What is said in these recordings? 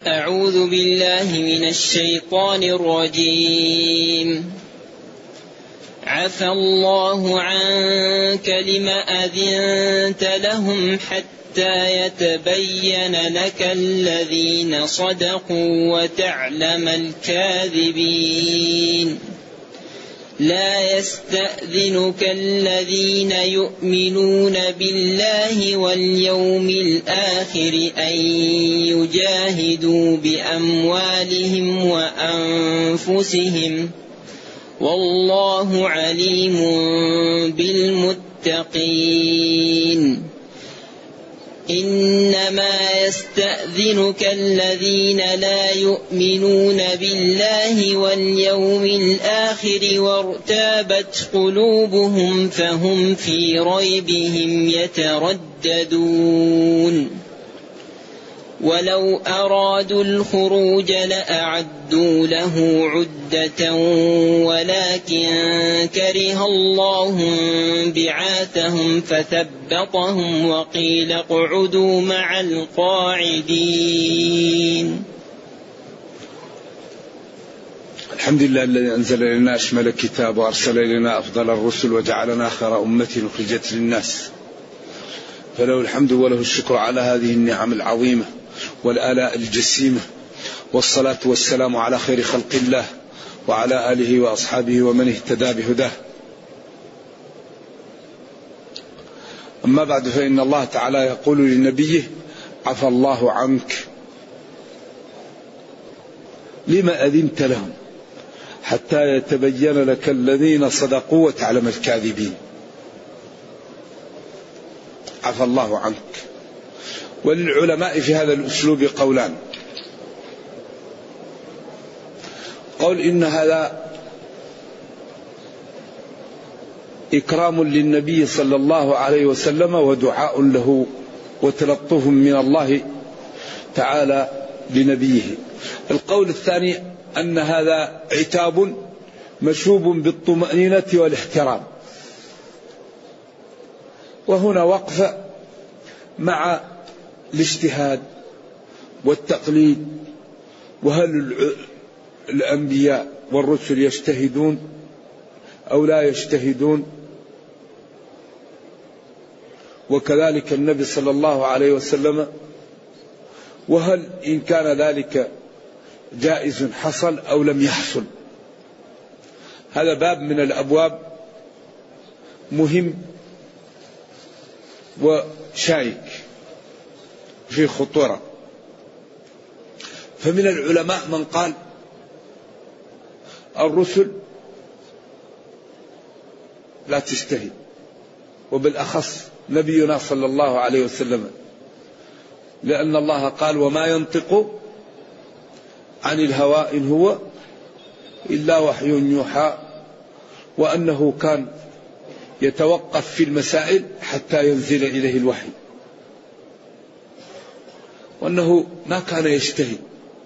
أعوذ بالله من الشيطان الرجيم. عفى الله عنك لم أذنت لهم حتى يتبين لك الذين صدقوا وتعلم الكاذبين. لا يستأذنك الذين يؤمنون بالله واليوم الآخر أن يجاهدوا بأموالهم وأنفسهم والله عليم بالمتقين. إنما يستأذنك الذين لا يؤمنون بالله واليوم الآخر وارتابت قلوبهم فهم في ريبهم يترددون. ولو أرادوا الخروج لأعدوا له عدة ولكن كره الله بعاثهم فثبطهم وقيل اقعدوا مع القاعدين. الحمد لله الذي أنزل إلينا أشمل الكتاب وأرسل إلينا أفضل الرسل وجعلنا خير أمة أخرجت للناس، فله الحمد وله الشكر على هذه النعم العظيمة والآلاء الجسيمة، والصلاة والسلام على خير خلق الله وعلى آله وأصحابه ومن اهتدى بهداه. أما بعد، فإن الله تعالى يقول لنبيه: عفى الله عنك لما أذنت لهم حتى يتبين لك الذين صدقوا وتعلم الكاذبين. عفى الله عنك. وللعلماء في هذا الأسلوب قولان: قول إن هذا إكرام للنبي صلى الله عليه وسلم ودعاء له وتلطف من الله تعالى لنبيه. القول الثاني أن هذا عتاب مشوب بالطمأنينة والاحترام. وهنا وقفة مع الاجتهاد والتقليد، وهل الأنبياء والرسل يجتهدون أو لا يجتهدون، وكذلك النبي صلى الله عليه وسلم، وهل إن كان ذلك جائز حصل أو لم يحصل. هذا باب من الأبواب مهم وشائك في خطورة. فمن العلماء من قال الرسل لا تجتهد، وبالأخص نبينا صلى الله عليه وسلم، لأن الله قال: وما ينطق عن الهوى إن هو إلا وحي يوحى، وأنه كان يتوقف في المسائل حتى ينزل إليه الوحي، وأنه ما كان يجتهد.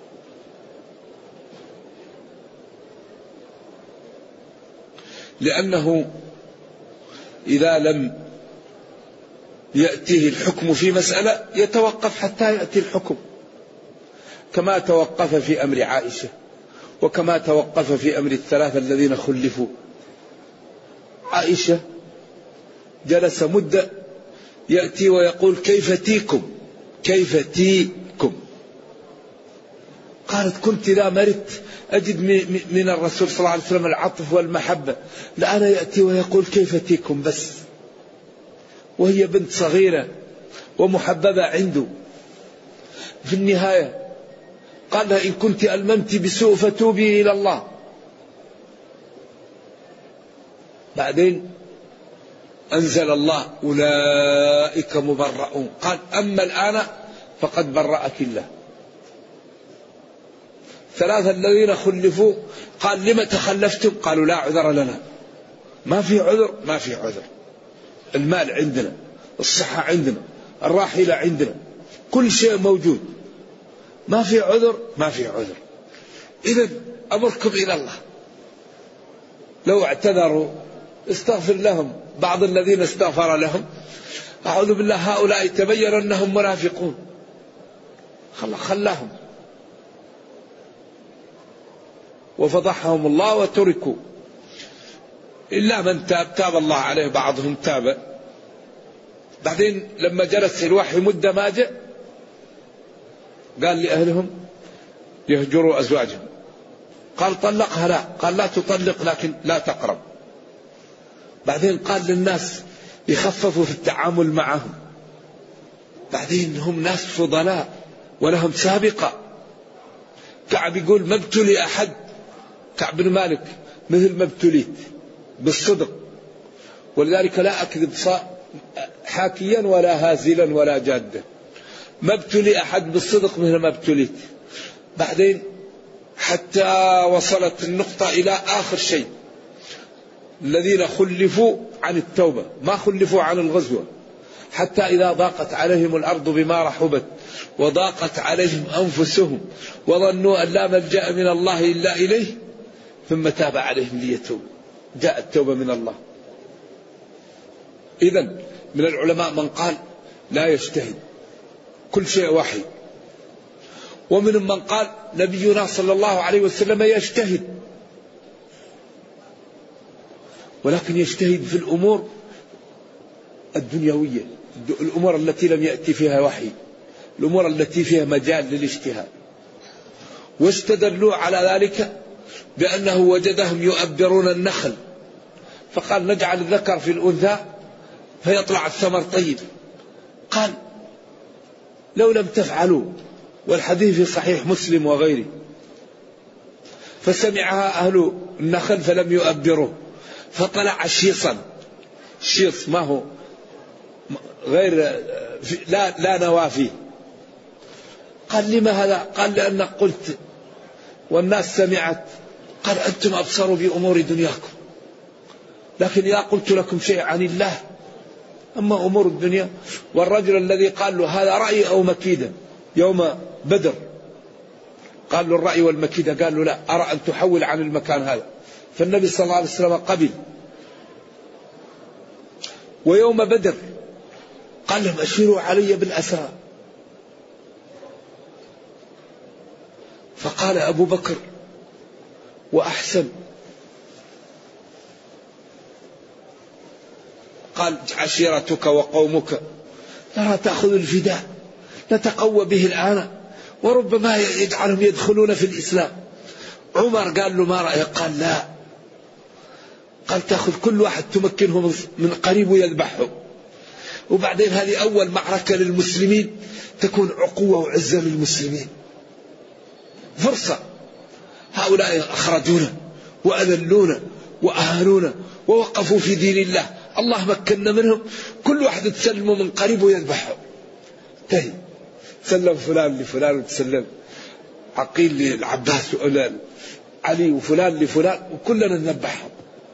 لأنه إذا لم يأتيه الحكم في مسألة يتوقف حتى يأتي الحكم، كما توقف في أمر عائشة، وكما توقف في أمر الثلاثة الذين خلفوا. عائشة جلس مدة يأتي ويقول: كيف تيكم كيف تيكم. قالت: كنت إذا مرت أجد من الرسول صلى الله عليه وسلم العطف والمحبة، الآن يأتي ويقول كيف تيكم بس، وهي بنت صغيرة ومحببة عنده. في النهاية قال لها: إن كنت ألممت بسوء فتوبي إلى الله. بعدين أنزل الله: أولئك مبرؤون. قال: أما الآن فقد برأك الله. ثلاثة الذين خلفوا قال: لما تخلفتم؟ قالوا: لا عذر لنا. ما في عذر، ما في عذر. المال عندنا، الصحة عندنا، الراحلة عندنا، كل شيء موجود، ما في عذر، ما في عذر. إذن أمركم إلى الله. لو اعتذروا استغفر لهم. بعض الذين استغفر لهم أعوذ بالله هؤلاء تبين أنهم منافقون، خلاهم. وفضحهم الله وتركوا إلا من تاب الله عليه، بعضهم تاب. بعدين لما جلس الوحي مدة ما جاء قال لأهلهم يهجروا أزواجهم. قال طلقها، لا، قال لا تطلق لكن لا تقرب. بعدين قال للناس يخففوا في التعامل معهم. بعدين هم ناس فضلاء ولهم سابقة. كعب يقول ما ابتلي أحد، كعب بن مالك، مثل ما ابتليت بالصدق، ولذلك لا أكذب حاكيا ولا هازلا ولا جادا. ما ابتلي أحد بالصدق مثل ما ابتليت. بعدين حتى وصلت النقطة إلى آخر شيء، الذين خلفوا عن التوبة، ما خلفوا عن الغزوة، حتى إذا ضاقت عليهم الأرض بما رحبت وضاقت عليهم أنفسهم وظنوا أن لا ملجأ من الله إلا إليه ثم تاب عليهم ليتوبوا. جاء التوبة من الله. إذن من العلماء من قال لا يجتهد، كل شيء وحي، ومن من قال نبينا صلى الله عليه وسلم يجتهد، ولكن يجتهد في الأمور الدنيوية، الأمور التي لم يأتي فيها وحي، الأمور التي فيها مجال للاجتهاد. واستدلوا على ذلك بأنه وجدهم يؤبرون النخل، فقال نجعل الذكر في الأنثى فيطلع الثمر طيب. قال لو لم تفعلوا، والحديث في صحيح مسلم وغيره، فسمعها أهل النخل فلم يؤبروه فطلع شيصا، شيص ما هو غير لا نوافي. قال لما هذا؟ قال لأنك قلت والناس سمعت. قال أنتم أبصروا بأمور دنياكم، لكن إذا قلت لكم شيء عن الله، أما أمور الدنيا. والرجل الذي قال له هذا رأي أو مكيدة يوم بدر، قال له الرأي والمكيدة، قال له لا، أرى أن تحول عن المكان هذا. فالنبي صلى الله عليه وسلم قبل. ويوم بدر قال لهم أشيروا علي بالأسرى، فقال أبو بكر وأحسن، قال عشيرتك وقومك ترى تأخذ الفداء نتقوى به الآن وربما يجعلهم يدخلون في الإسلام. عمر قال له ما رأيك؟ قال لا، قال تأخذ كل واحد تمكنه من قريب ويذبحه، وبعدين هذه أول معركة للمسلمين تكون عقوة وعزة للمسلمين، فرصة. هؤلاء أخرجونا وأذلونا وأهانونا ووقفوا في دين الله، الله مكننا منهم، كل واحد تسلمه من قريب ويذبحه. تهي سلم فلان لفلان وتسلم عقيل للعباس علي وفلان لفلان وكلنا نذبحهم.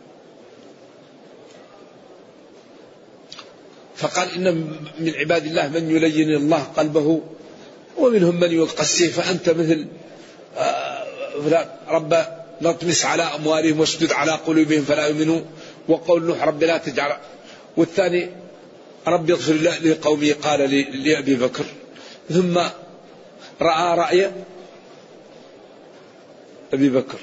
فقال إن من عباد الله من يلين الله قلبه ومنهم من يلقى السيف، فأنت مثل رب نطمس على أموالهم واشدد على قلوبهم فلا يؤمنون، وقول نوح رب لا تجعل. والثاني رب يغفر لقومه قال لأبي بكر. ثم رأى رأي أبي بكر،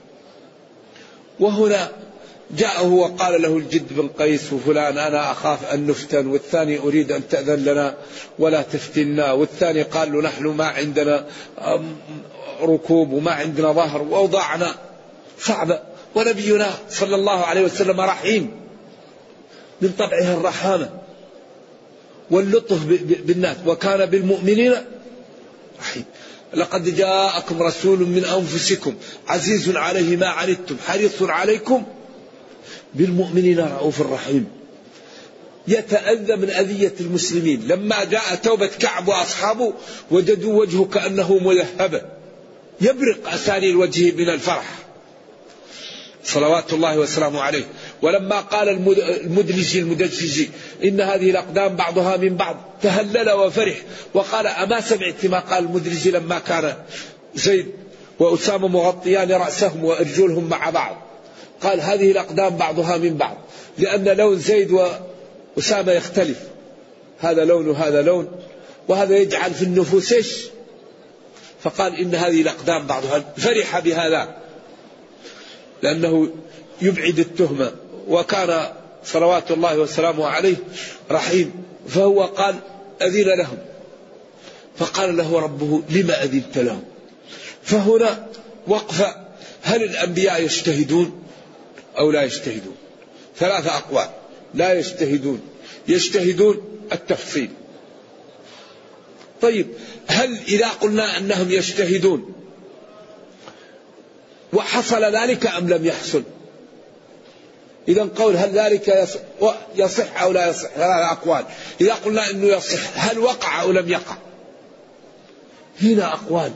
وهنا جاءه وقال له الجد بن قيس وفلان أنا أخاف أن نفتن، والثاني أريد أن تأذن لنا ولا تفتنا، والثاني قال له نحن ما عندنا ركوب وما عندنا ظهر وأوضاعنا صعبة، ونبينا صلى الله عليه وسلم رحيم من طبعه الرحامة واللطف بالناس، وكان بالمؤمنين رحيم. لقد جاءكم رسول من أنفسكم عزيز عليه ما عنتم حريص عليكم بالمؤمنين رؤوف رحيم. يتأذى من أذية المسلمين. لما جاء توبة كعب وأصحابه وجدوا وجهه كأنه ملهبة يبرق أساني وجهه من الفرح صلوات الله وسلامه عليه. ولما قال المدلجي إن هذه الأقدام بعضها من بعض تهلل وفرح وقال أما سمعت ما قال المدلجي لما كان زيد وأسامة مغطيان رأسهم وأرجلهم مع بعض، قال هذه الأقدام بعضها من بعض، لأن لون زيد وأسامة يختلف، هذا لون وهذا لون، وهذا يجعل في النفوس إيش؟ فقال إن هذه الأقدام بعضها، فرح بهذا لأنه يبعد التهمة، وكان صلوات الله وسلامه عليه رحيم، فهو قال أذن لهم، فقال له ربه لما أذنت لهم؟ فهنا وقفة، هل الأنبياء يجتهدون أو لا يجتهدون؟ 3 أقوال. لا يجتهدون، يجتهدون التفصيل. طيب هل إذا قلنا أنهم يجتهدون وحصل ذلك أم لم يحصل؟ إذا قول هل ذلك يصح أو لا يصح 3 أقوال. إذا قلنا أنه يصح هل وقع أو لم يقع؟ هنا أقوال.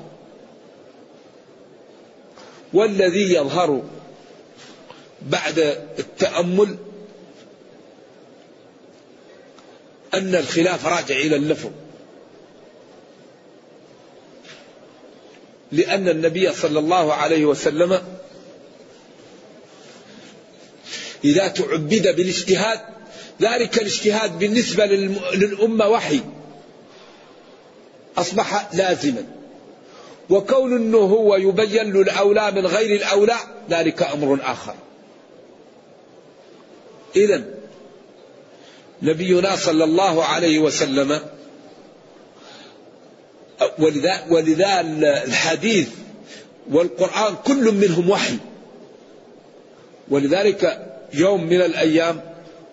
والذي يظهر بعد التأمل أن الخلاف راجع إلى اللفظ، لأن النبي صلى الله عليه وسلم إذا تعبد بالاجتهاد، ذلك الاجتهاد بالنسبة للأمة وحي أصبح لازما، وكون أنه هو يبين له الأولى من غير الأولى ذلك أمر آخر. إذن نبينا صلى الله عليه وسلم، ولذا الحديث والقرآن كل منهم وحي. ولذلك يوم من الأيام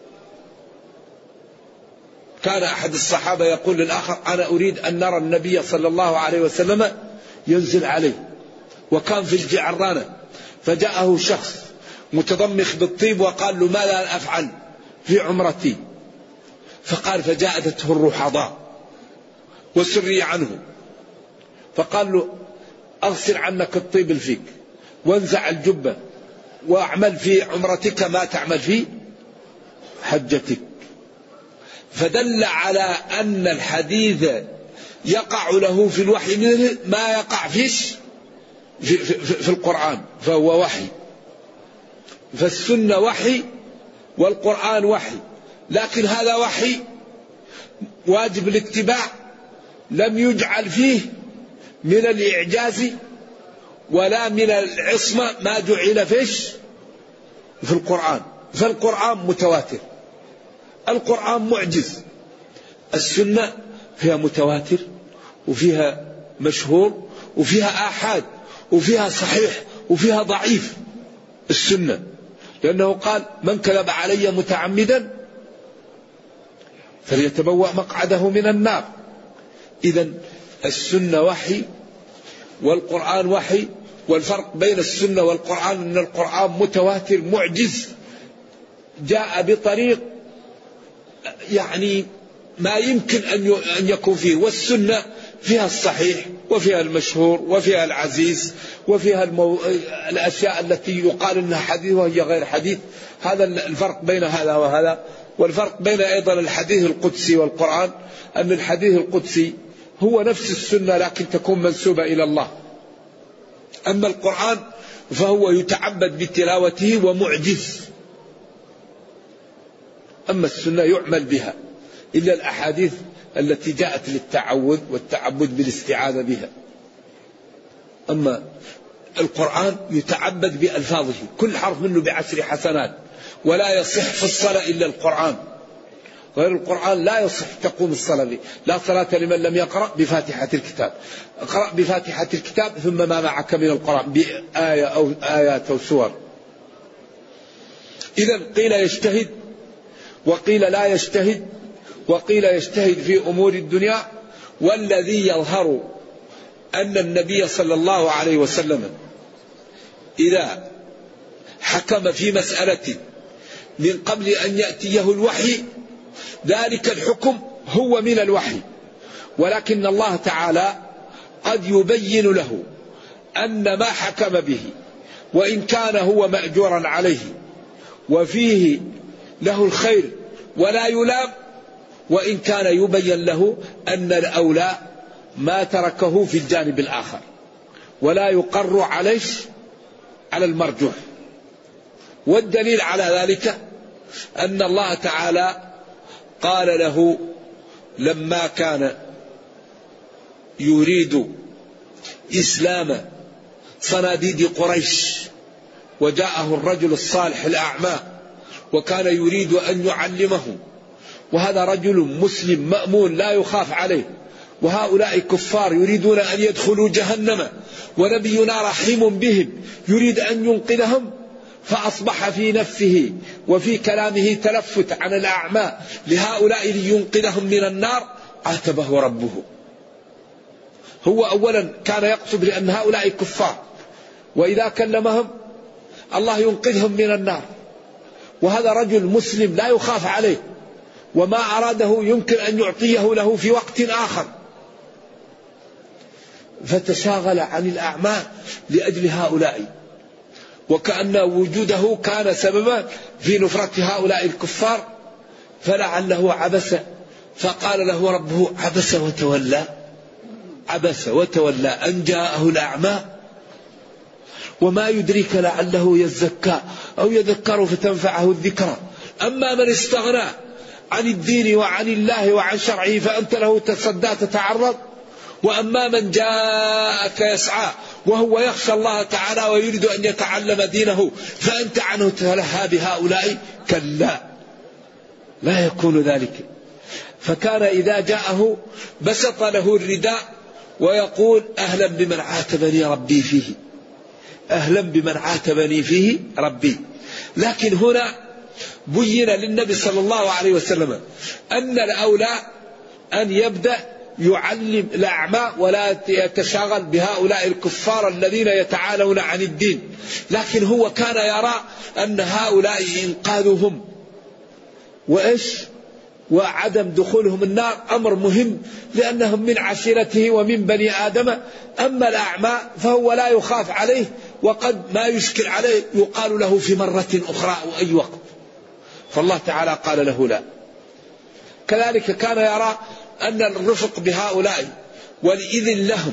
كان أحد الصحابة يقول للآخر أنا أريد أن نرى النبي صلى الله عليه وسلم ينزل عليه، وكان في الجعرانة، فجاءه شخص متضمخ بالطيب وقال له ماذا أفعل في عمرتي؟ فقال فجاءته الرحضاء وسري عنه، فقال له أغسل عنك الطيب الفيك وانزع الجبة واعمل في عمرتك ما تعمل في حجتك. فدل على أن الحديث يقع له في الوحي ما يقع في القرآن، فهو وحي. فالسنة وحي والقرآن وحي، لكن هذا وحي واجب الاتباع، لم يجعل فيه من الإعجاز ولا من العصمة ما جعل في القرآن. فالقرآن متواتر، القرآن معجز. السنة فيها متواتر وفيها مشهور وفيها آحاد وفيها صحيح وفيها ضعيف. السنة لأنه قال من كذب علي متعمدا فليتبوأ مقعده من النار. إذن السنة وحي والقرآن وحي. والفرق بين السنة والقرآن أن القرآن متواتر معجز، جاء بطريق يعني ما يمكن أن يكون فيه، والسنة فيها الصحيح وفيها المشهور وفيها العزيز وفيها الأشياء التي يقال أنها حديث وهي غير حديث. هذا الفرق بين هذا وهذا. والفرق بين أيضا الحديث القدسي والقرآن أن الحديث القدسي هو نفس السنة لكن تكون منسوبة إلى الله، أما القرآن فهو يتعبد بتلاوته ومعجز. أما السنة يعمل بها إلا الأحاديث التي جاءت للتعوذ والتعبد بالاستعاذة بها. أما القرآن يتعبد بألفاظه، كل حرف منه ب10 حسنات، ولا يصح في الصلاة إلا القرآن، غير القرآن لا يصح تقوم الصلاة به. لا صلاة لمن لم يقرأ بفاتحة الكتاب. اقرأ بفاتحة الكتاب ثم ما معك من القرآن بآية أو آيات أو سور. إذا قيل يجتهد وقيل لا يجتهد، وقيل يجتهد في أمور الدنيا. والذي يظهر أن النبي صلى الله عليه وسلم إذا حكم في مسألة من قبل أن يأتيه الوحي ذلك الحكم هو من الوحي، ولكن الله تعالى قد يبين له أن ما حكم به وإن كان هو مأجورا عليه وفيه له الخير ولا يلام، وإن كان يبين له أن الأولى ما تركه في الجانب الآخر ولا يقر عليه على المرجوح. والدليل على ذلك أن الله تعالى قال له لما كان يريد إسلام صناديد قريش وجاءه الرجل الصالح الأعمى وكان يريد أن يعلمه، وهذا رجل مسلم مأمون لا يخاف عليه، وهؤلاء كفار يريدون أن يدخلوا جهنم، ونبينا رحيم بهم يريد أن ينقذهم، فأصبح في نفسه وفي كلامه تلفت عن الأعمى لهؤلاء لينقذهم من النار، عاتبه ربه. هو أولا كان يقصد لأن هؤلاء كفار، وإذا كلمهم الله ينقذهم من النار، وهذا رجل مسلم لا يخاف عليه، وما أراده يمكن أن يعطيه له في وقت آخر، فتشاغل عن الأعمى لأجل هؤلاء، وكأن وجوده كان سببا في نفرة هؤلاء الكفار، فلعله عبس، فقال له ربه عبس وتولى، عبس وتولى أن جاءه الأعمى، وما يدريك لعله يزكى أو يذكر فتنفعه الذكرى، أما من استغنى عن الدين وعن الله وعن شرعه فأنت له تصدى تتعرض، وأما من جاءك يسعى وهو يخشى الله تعالى ويريد أن يتعلم دينه فأنت عنه تلهى بهؤلاء، كلا لا يكون ذلك. فكان إذا جاءه بسط له الرداء ويقول أهلا بمن عاتبني ربي فيه، أهلا بمن عاتبني فيه ربي. لكن هنا بين للنبي صلى الله عليه وسلم أن الأولى أن يبدأ يعلم الأعمى ولا يتشاغل بهؤلاء الكفار الذين يتعالون عن الدين، لكن هو كان يرى أن هؤلاء إنقاذهم وعدم دخولهم النار أمر مهم، لأنهم من عشيرته ومن بني آدم. أما الأعمى فهو لا يخاف عليه، وقد ما يشكل عليه يقال له في مرة أخرى أو أي وقت، فالله تعالى قال له لا. كذلك كان يرى أن الرفق بهؤلاء والإذن لهم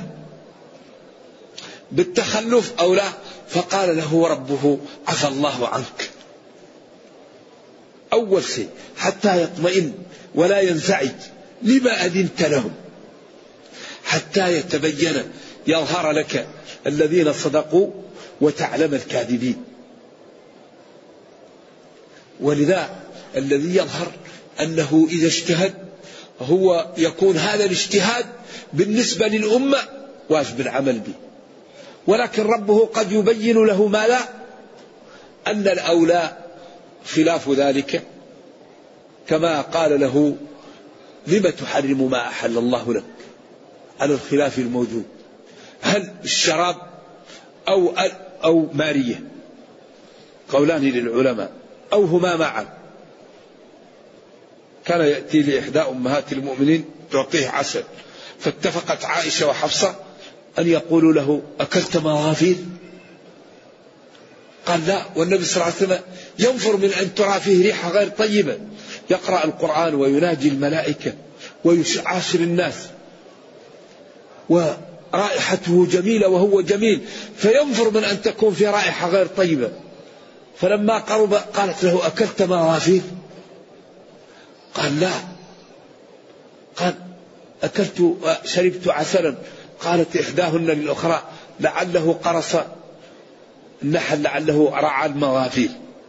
بالتخلف أو لا، فقال له ربه عفى الله عنك. أول شيء حتى يطمئن ولا ينزعج لما أذنت لهم، حتى يتبين يظهر لك الذين صدقوا وتعلم الكاذبين. ولذا الذي يظهر أنه إذا اجتهد هو يكون هذا الاجتهاد بالنسبة للأمة واجب العمل به، ولكن ربه قد يبين له ما لا، أن الأولى خلاف ذلك، كما قال له لم تحرم ما أحل الله لك، على الخلاف الموجود، هل الشراب أو مارية، قولان للعلماء، أو هما معا. كان يأتي لإحدى أمهات المؤمنين تعطيه عسل، فاتفقت عائشة وحفصة أن يقولوا له أكلت مغافير؟ قال لا، والنبي صلى الله عليه وسلم ينفر من أن ترى فيه ريحة غير طيبة، يقرأ القرآن ويناجي الملائكة ويعاشر الناس ورائحته جميلة وهو جميل، فينفر من أن تكون في رائحة غير طيبة. فلما قرب قالت له أكلت مغافير؟ قال لا. قال أكلت شربت عسلا. قالت إحداهن للأخرى لعله قرص النحل، لعله رعى المغافير.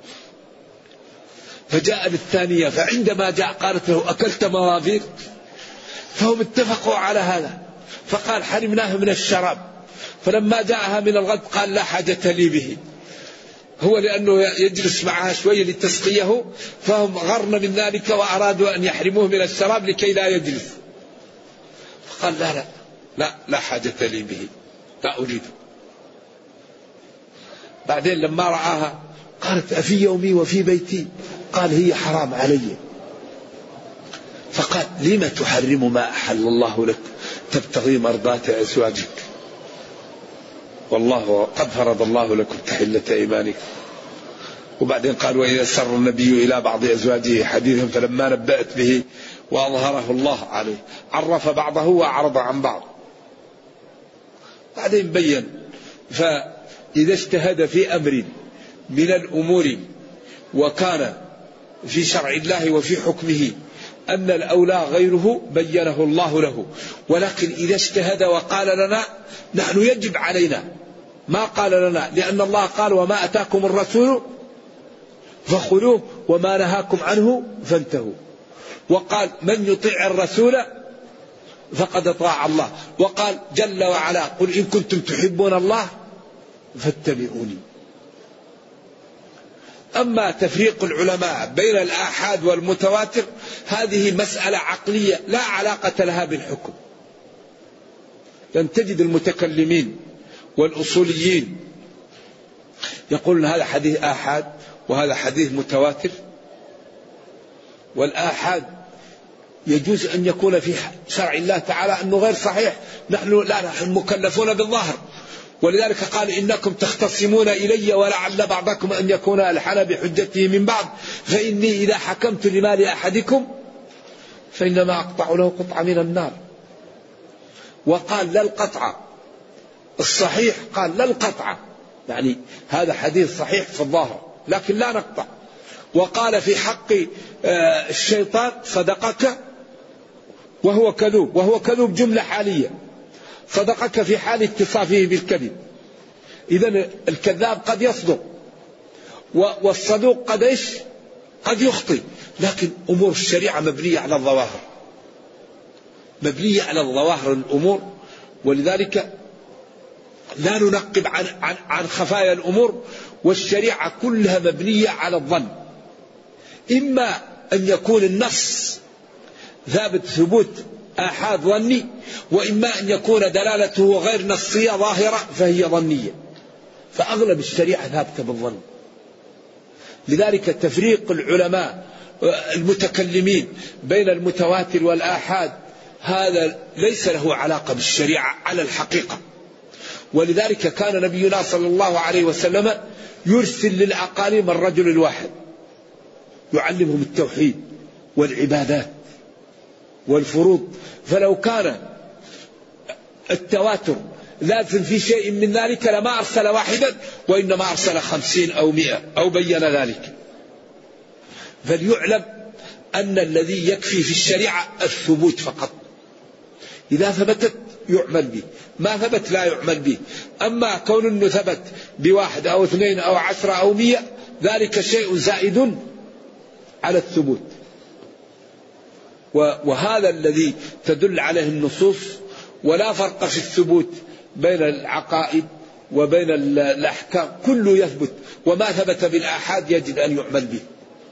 فجاء للثانية، فعندما جاء قالت له أكلت مغافير؟ فهم اتفقوا على هذا، فقال حرمناه من الشراب. فلما جاءها من الغد قال لا حاجة لي به، هو لأنه يجلس معها شوية لتسقيه، فهم غرن من ذلك وأرادوا أن يحرموه من الشراب لكي لا يجلس. فقال لا لا لا لا حاجة لي به، لا أريده. بعدين لما رآها قالت أفي يومي وفي بيتي؟ قال هي حرام علي. فقال لم تحرم ما أحل الله لك تبتغي مرضات أزواجك؟ والله قد فرض الله لكم تحلة إيمانكم. وبعدين قال وإذا سر النبي إلى بعض أزواجه حديثا فلما نبأت به وأظهره الله عليه عرف بعضه وأعرض عن بعض. بعدين بين، فإذا اجتهد في أمر من الأمور وكان في شرع الله وفي حكمه أن الأولى غيره بينه الله له، ولكن إذا اجتهد وقال لنا نحن يجب علينا ما قال لنا، لأن الله قال وما أتاكم الرسول فخذوه وما نهاكم عنه فانتهوا. وقال من يطيع الرسول فقد اطاع الله. وقال جل وعلا قل إن كنتم تحبون الله فاتبعوني. أما تفريق العلماء بين الآحاد والمتواتر هذه مسألة عقلية لا علاقة لها بالحكم. لن تجد المتكلمين والأصوليين يقولون هذا حديث آحاد وهذا حديث متواتر. والآحاد يجوز أن يكون في شرع الله تعالى أنه غير صحيح، نحن مكلفون بالظاهر. ولذلك قال إنكم تختصمون إلي ولعل بعضكم أن يكون ألحن بحجته من بعض فإني إذا حكمت لمال أحدكم فإنما أقطع له قطعة من النار. وقال لا القطعة الصحيح، قال لا القطعة، يعني هذا حديث صحيح في الظاهر لكن لا نقطع. وقال في حق الشيطان صدقك وهو كذوب، وهو كذوب جملة حالية، صدقك في حال اتصافه بالكذب. إذن الكذاب قد يصدق والصدوق قد يخطئ. لكن أمور الشريعة مبنية على الظواهر، مبنية على الظواهر الأمور. ولذلك لا ننقب عن خفايا الأمور. والشريعة كلها مبنية على الظن، إما أن يكون النص ثابت ثبوت آحاد ظني، وإما أن يكون دلالته غير نصية ظاهرة فهي ظنية. فأغلب الشريعة ثابتة بالظن. لذلك تفريق العلماء المتكلمين بين المتواتر والآحاد هذا ليس له علاقة بالشريعة على الحقيقة. ولذلك كان نبينا صلى الله عليه وسلم يرسل للأقاليم الرجل الواحد يعلمهم التوحيد والعبادات والفروض. فلو كان التواتر لازم في شيء من ذلك لما أرسل واحدا، وإنما أرسل 50 أو 100 أو بين ذلك. فليعلم أن الذي يكفي في الشريعة الثبوت فقط. إذا ثبتت يعمل به، ما ثبت لا يعمل به. أما كون أنه ثبت بواحد أو 2 أو 10 أو 100 ذلك شيء زائد على الثبوت. وهذا الذي تدل عليه النصوص. ولا فرق في الثبوت بين العقائد وبين الأحكام، كله يثبت، وما ثبت بالآحاد يجب أن يعمل به.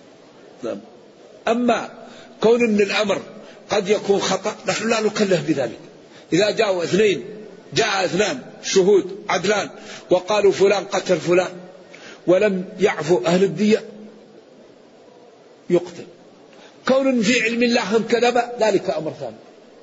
أما كون أن الأمر قد يكون خطأ نحن لا نكلف بذلك. إذا جاء 2 شهود عدلان وقالوا فلان قتل فلان ولم يعفو أهل الدية يقتل. كون في علم الله هم كذب ذلك أمر ثاني.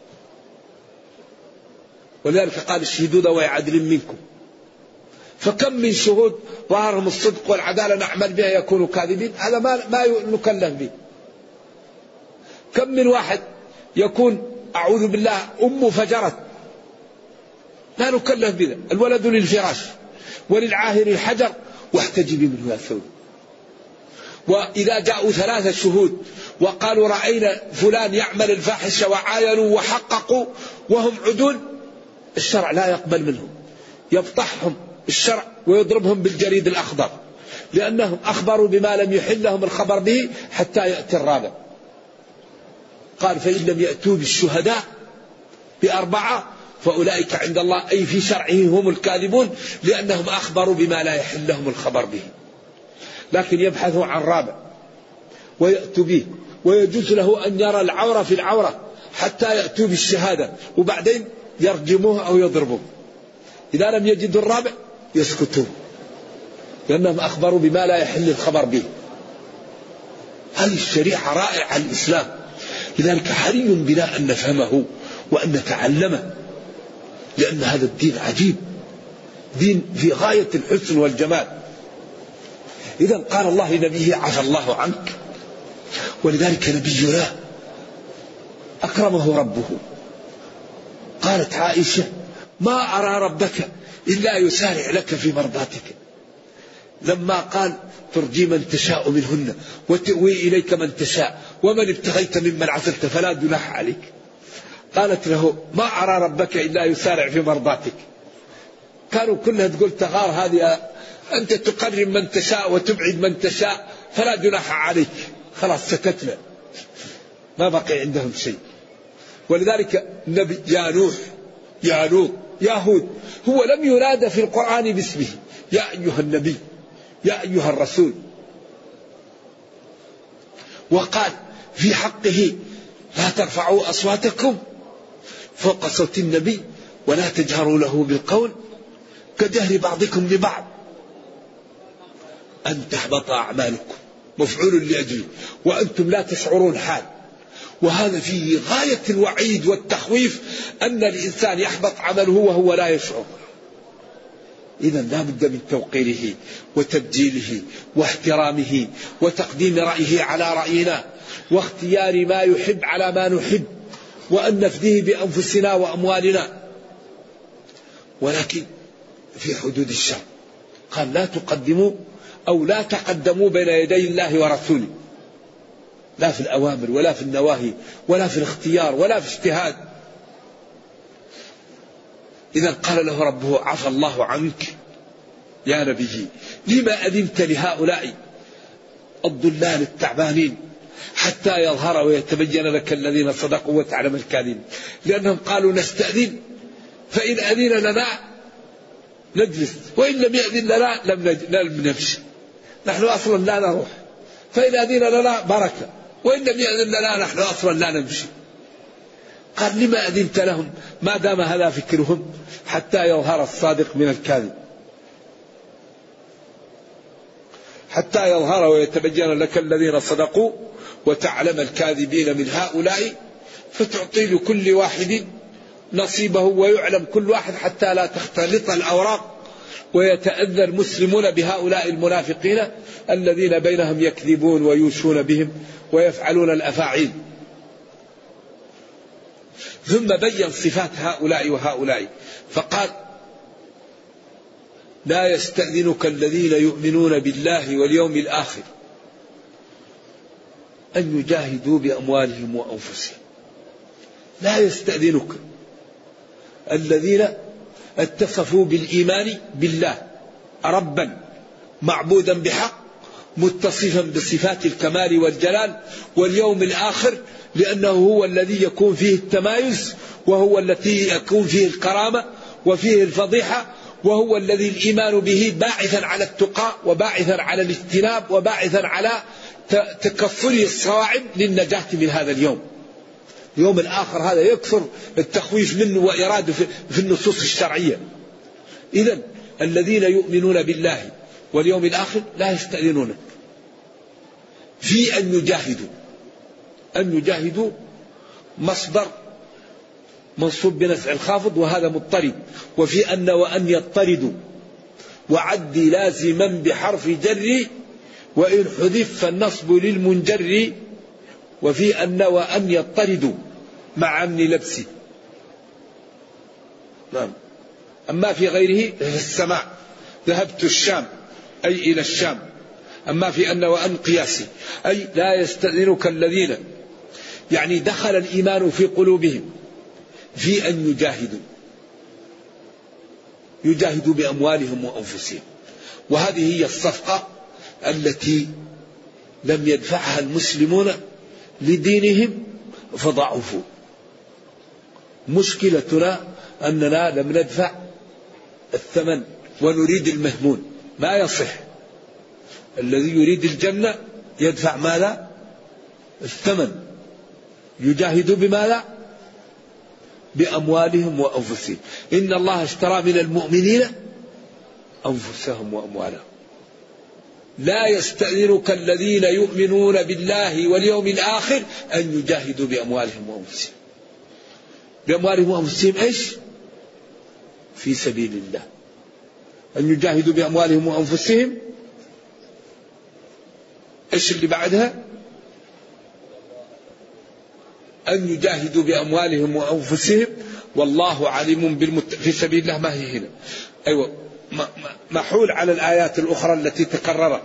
ولذلك قال الشهدوا ذوي عدل منكم. فكم من شهود ظهرهم الصدق والعدالة نعمل بها يكونوا كاذبين، هذا ما نكلف به. كم من واحد يكون أعوذ بالله أمه فجرت لا نكلف بذا. الولد للفراش وللعاهر الحجر واحتجبي منه يا ثوب. وإذا جاءوا 3 شهود وقالوا رأينا فلان يعمل الفاحشة وعاينوا وحققوا وهم عدول، الشرع لا يقبل منهم، يبطحهم الشرع ويضربهم بالجريد الأخضر، لأنهم أخبروا بما لم يحل لهم الخبر به حتى يأتي الرابع. قال فإن لم يأتوا بالشهداء ب4 فأولئك عند الله أي في شرعه هم الكاذبون، لأنهم أخبروا بما لا يحل لهم الخبر به. لكن يبحثوا عن رابع ويأتوا به، ويجوز له أن يرى العورة في العورة حتى يأتوا بالشهادة، وبعدين يرجموه أو يضربوه. إذا لم يجدوا الرابع يسكتون، لأنهم أخبروا بما لا يحل الخبر به. هذه الشريعة رائعة الإسلام. لذلك حري بنا أن نفهمه وأن نتعلمه، لأن هذا الدين عجيب، دين في غاية الحسن والجمال. إذا قال الله لنبيه عفى الله عنك. ولذلك نبينا أكرمه ربه. قالت عائشة ما أرى ربك إلا يسارع لك في مرضاتك، لما قال ترجي من تشاء منهن وتؤوي إليك من تشاء ومن ابتغيت ممن عزلت فلا جناح عليك. قالت له ما أرى ربك إلا يسارع في مرضاتك. كانوا كلها تقول تغار هذه، أنت تقرب من تشاء وتبعد من تشاء فلا جناح عليك، خلاص سكتنا، ما بقي عندهم شيء. ولذلك النبي يا نوح يا لوط يا هود، هو لم ينادى في القرآن باسمه، يا أيها النبي يا أيها الرسول. وقال في حقه لا ترفعوا أصواتكم فوق صوت النبي ولا تجهروا له بالقول كجهر بعضكم لبعض أن تحبط أعمالكم، مفعول لأجله وأنتم لا تشعرون حال. وهذا فيه غاية الوعيد والتخويف أن الإنسان يحبط عمله وهو لا يشعر. إذا لا بد من توقيره وتبجيله واحترامه وتقديم رأيه على رأينا واختيار ما يحب على ما نحب، وأن نفديه بأنفسنا وأموالنا، ولكن في حدود الشرع. قال لا تقدموا أو لا تقدموا بين يدي الله ورسوله، لا في الأوامر ولا في النواهي ولا في الاختيار ولا في اجتهاد. إذا قال له ربه عفى الله عنك يا نبي، لما أذنت لهؤلاء الضلال التعبانين حتى يظهر ويتبين لك الذين صدقوا وتعلم الكاذبين؟ لأنهم قالوا نستأذن، فإن أذن لنا نجلس وإن لم يأذن لنا لم نمشي، نحن أصلا لا نروح، فإن أذن لنا بركة وإن لم يأذن لنا نحن أصلا لا نمشي. قال لما أذنت لهم ما دام هذا فكرهم حتى يظهر الصادق من الكاذب، حتى يظهر ويتبين لك الذين صدقوا وتعلم الكاذبين من هؤلاء، فتعطي لكل واحد نصيبه ويعلم كل واحد حتى لا تختلط الأوراق ويتأذى المسلمون بهؤلاء المنافقين الذين بينهم يكذبون ويوشون بهم ويفعلون الأفاعيل. ثم بين صفات هؤلاء وهؤلاء فقال لا يستأذنك الذين يؤمنون بالله واليوم الآخر أن يجاهدوا بأموالهم وأنفسهم. لا يستأذنك الذين اتصفوا بالإيمان بالله ربا معبودا بحق متصفا بصفات الكمال والجلال، واليوم الآخر لأنه هو الذي يكون فيه التمايز، وهو الذي يكون فيه الكرامة وفيه الفضيحة، وهو الذي الإيمان به باعثا على التقى وباعثا على الاجتناب وباعثا على تكفل الصواعب للنجاة من هذا اليوم. اليوم الآخر هذا يكثر التخويف منه وإراده في النصوص الشرعية. إذن الذين يؤمنون بالله واليوم الآخر لا يستأذنون في أن يجاهدوا. أن يجاهدوا مصدر منصوب بنزع الخافض وهذا مضطرد، وفي أن وأن يضطردوا وعدي لازما بحرف جر وإن حذف فالنصب للمنجر، وفي أن وأن يضطردوا مع أمن لبسه. نعم. أما في غيره في السماع ذهبت الشام أي إلى الشام. أما في أن وأن قياسي أي لا يستأذنك الذين يعني دخل الإيمان في قلوبهم في أن يجاهدوا بأموالهم وأنفسهم. وهذه هي الصفقة التي لم يدفعها المسلمون لدينهم فضعفوا. مشكلتنا أننا لم ندفع الثمن ونريد المهمون، ما يصح. الذي يريد الجنة يدفع ماذا؟ الثمن. يجاهدوا بماذا؟ بأموالهم وأنفسهم. إن الله اشترى من المؤمنين أنفسهم وأموالهم. لا يستأذنك الذين يؤمنون بالله واليوم الآخر أن يجاهدوا بأموالهم وأنفسهم. بأموالهم وأنفسهم إيش؟ في سبيل الله. أن يجاهدوا بأموالهم وأنفسهم. إيش اللي بعدها؟ أن يجاهدوا بأموالهم وأنفسهم والله عليم في سبيل الله. ما هي هنا؟ أيوة، محول على الآيات الأخرى التي تكررت،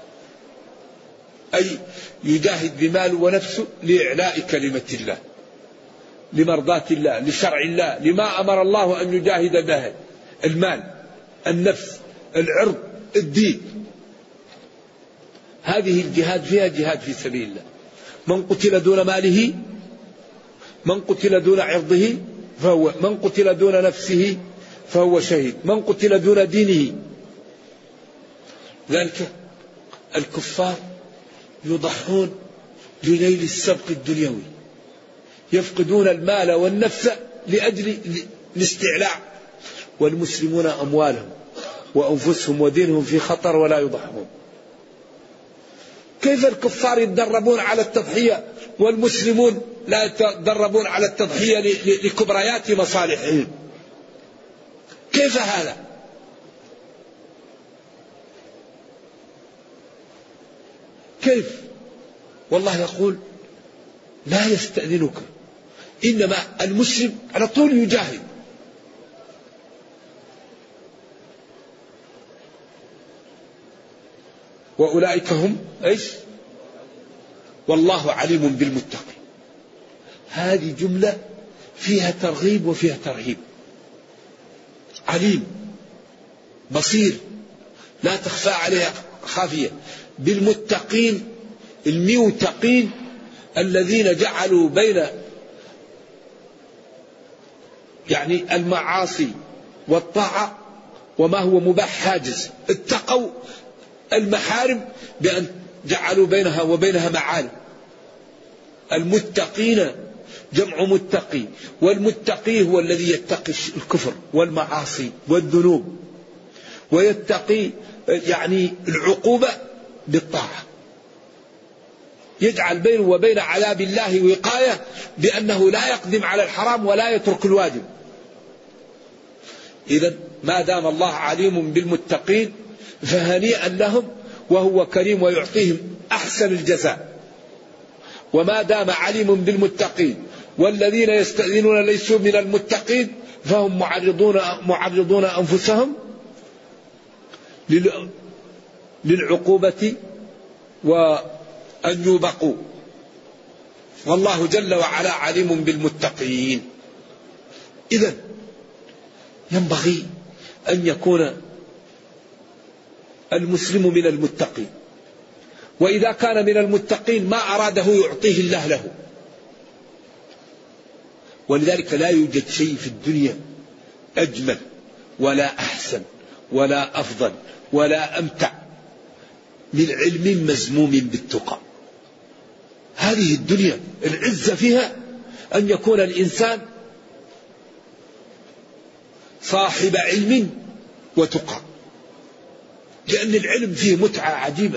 أي يجاهد بماله ونفسه لإعلاء كلمة الله، لمرضاة الله، لشرع الله، لما أمر الله أن يجاهد به المال النفس، العرض، الدين. هذه الجهاد فيها جهاد في سبيل الله. من قتل دون ماله، من قتل دون عرضه فهو، من قتل دون نفسه فهو شهيد، من قتل دون دينه. ذلك الكفار يضحون لنيل السبق الدنيوي، يفقدون المال والنفس لأجل الاستعلاء، والمسلمون أموالهم وأنفسهم ودينهم في خطر ولا يضحون. كيف الكفار يتدربون على التضحية والمسلمون لا يتدربون على التضحية لكبريات مصالحهم؟ كيف هذا؟ كيف؟ والله يقول لا يستأذنك، إنما المسلم على طول يجاهد. وأولئك هم إيش؟ والله عليم بالمتقين. هذه جملة فيها ترغيب وفيها ترهيب. عليم بصير لا تخفى عليها خافية. بالمتقين، الميوتقين الذين جعلوا بين يعني المعاصي والطاعة وما هو مباح حاجز، اتقوا المحارم بأن جعلوا بينها وبينها معالم. المتقين جمع متقي، والمتقي هو الذي يتقي الكفر والمعاصي والذنوب، ويتقي يعني العقوبة بالطاعة، يجعل بينه وبين عذاب الله وقاية بأنه لا يقدم على الحرام ولا يترك الواجب. إذن ما دام الله عليم بالمتقين فهنيئا لهم، وهو كريم ويعطيهم أحسن الجزاء. وما دام عليم بالمتقين والذين يستأذنون ليسوا من المتقين فهم معرضون أنفسهم للعقوبة وأن يوبقوا. والله جل وعلا عليم بالمتقين. إذن ينبغي أن يكون المسلم من المتقين، وإذا كان من المتقين ما أراده يعطيه الله له. ولذلك لا يوجد شيء في الدنيا أجمل ولا أحسن ولا أفضل ولا أمتع من علم مزموم بالتقى. هذه الدنيا العزة فيها أن يكون الإنسان صاحب علم وتقى، لأن العلم فيه متعة عجيبة.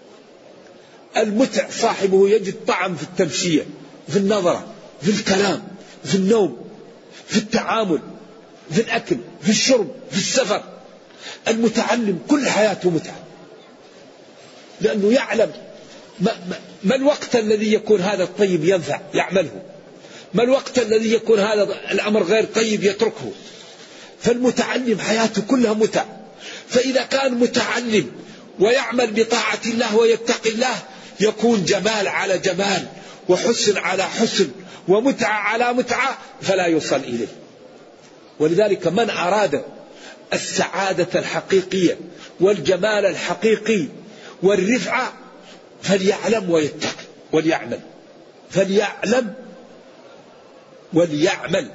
المتع صاحبه يجد طعم في التمشية، في النظرة، في الكلام، في النوم، في التعامل، في الأكل، في الشرب، في السفر. المتعلم كل حياته متعة، لأنه يعلم ما الوقت الذي يكون هذا الطيب ينفع يعمله، ما الوقت الذي يكون هذا الأمر غير طيب يتركه. فالمتعلم حياته كلها متعة. فإذا كان متعلم ويعمل بطاعة الله ويتقي الله يكون جمال على جمال وحسن على حسن ومتعة على متعة فلا يوصل إليه. ولذلك من أراد السعادة الحقيقية والجمال الحقيقي والرفعة فليعلم ويتقي وليعمل. فليعلم وليعمل.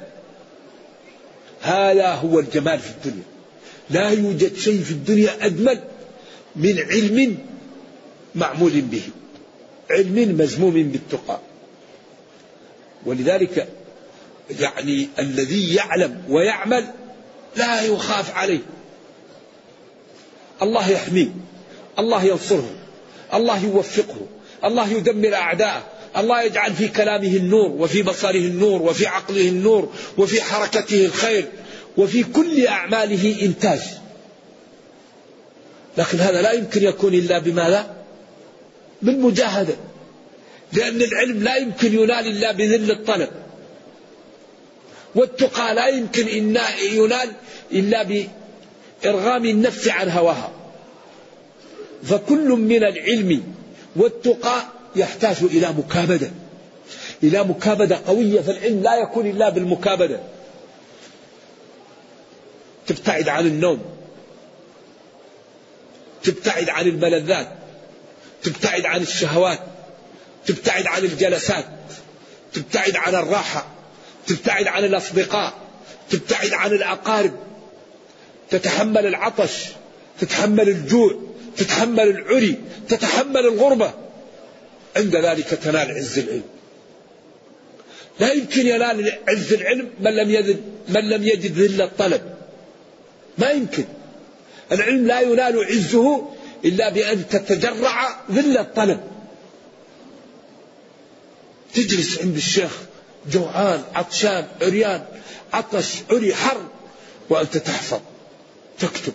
هذا هو الجمال في الدنيا. لا يوجد شيء في الدنيا أجمل من علم معمول به، علم مزموم بالتقى. ولذلك يعني الذي يعلم ويعمل لا يخاف عليه. الله يحميه، الله ينصره، الله يوفقه، الله يدمر أعداءه، الله يجعل في كلامه النور وفي بصره النور وفي عقله النور وفي حركته الخير وفي كل أعماله إنتاج. لكن هذا لا يمكن يكون إلا بماذا؟ بالمجاهدة. لأن العلم لا يمكن ينال إلا بذل الطلب، والتقى لا يمكن ينال إلا بإرغام النفس عن هواها. فكل من العلم والتقى يحتاج إلى مكابدة، إلى مكابدة قوية. فالعلم لا يكون إلا بالمكابدة. تبتعد عن النوم تبتعد عن الملذات، تبتعد عن الشهوات، تبتعد عن الجلسات، تبتعد عن الراحة، تبتعد عن الأصدقاء، تبتعد عن الأقارب، تتحمل العطش، تتحمل الجوع، تتحمل العري، تتحمل الغربة. عند ذلك تنال عز العلم. لا يمكن ينال عز العلم من لم يجد ذل الطلب. ما يمكن. العلم لا ينال عزه إلا بأن تتجرع ذل الطلب. تجلس عند الشيخ جوعان عطشان عريان، عطش عري حر، وأنت تحفظ تكتب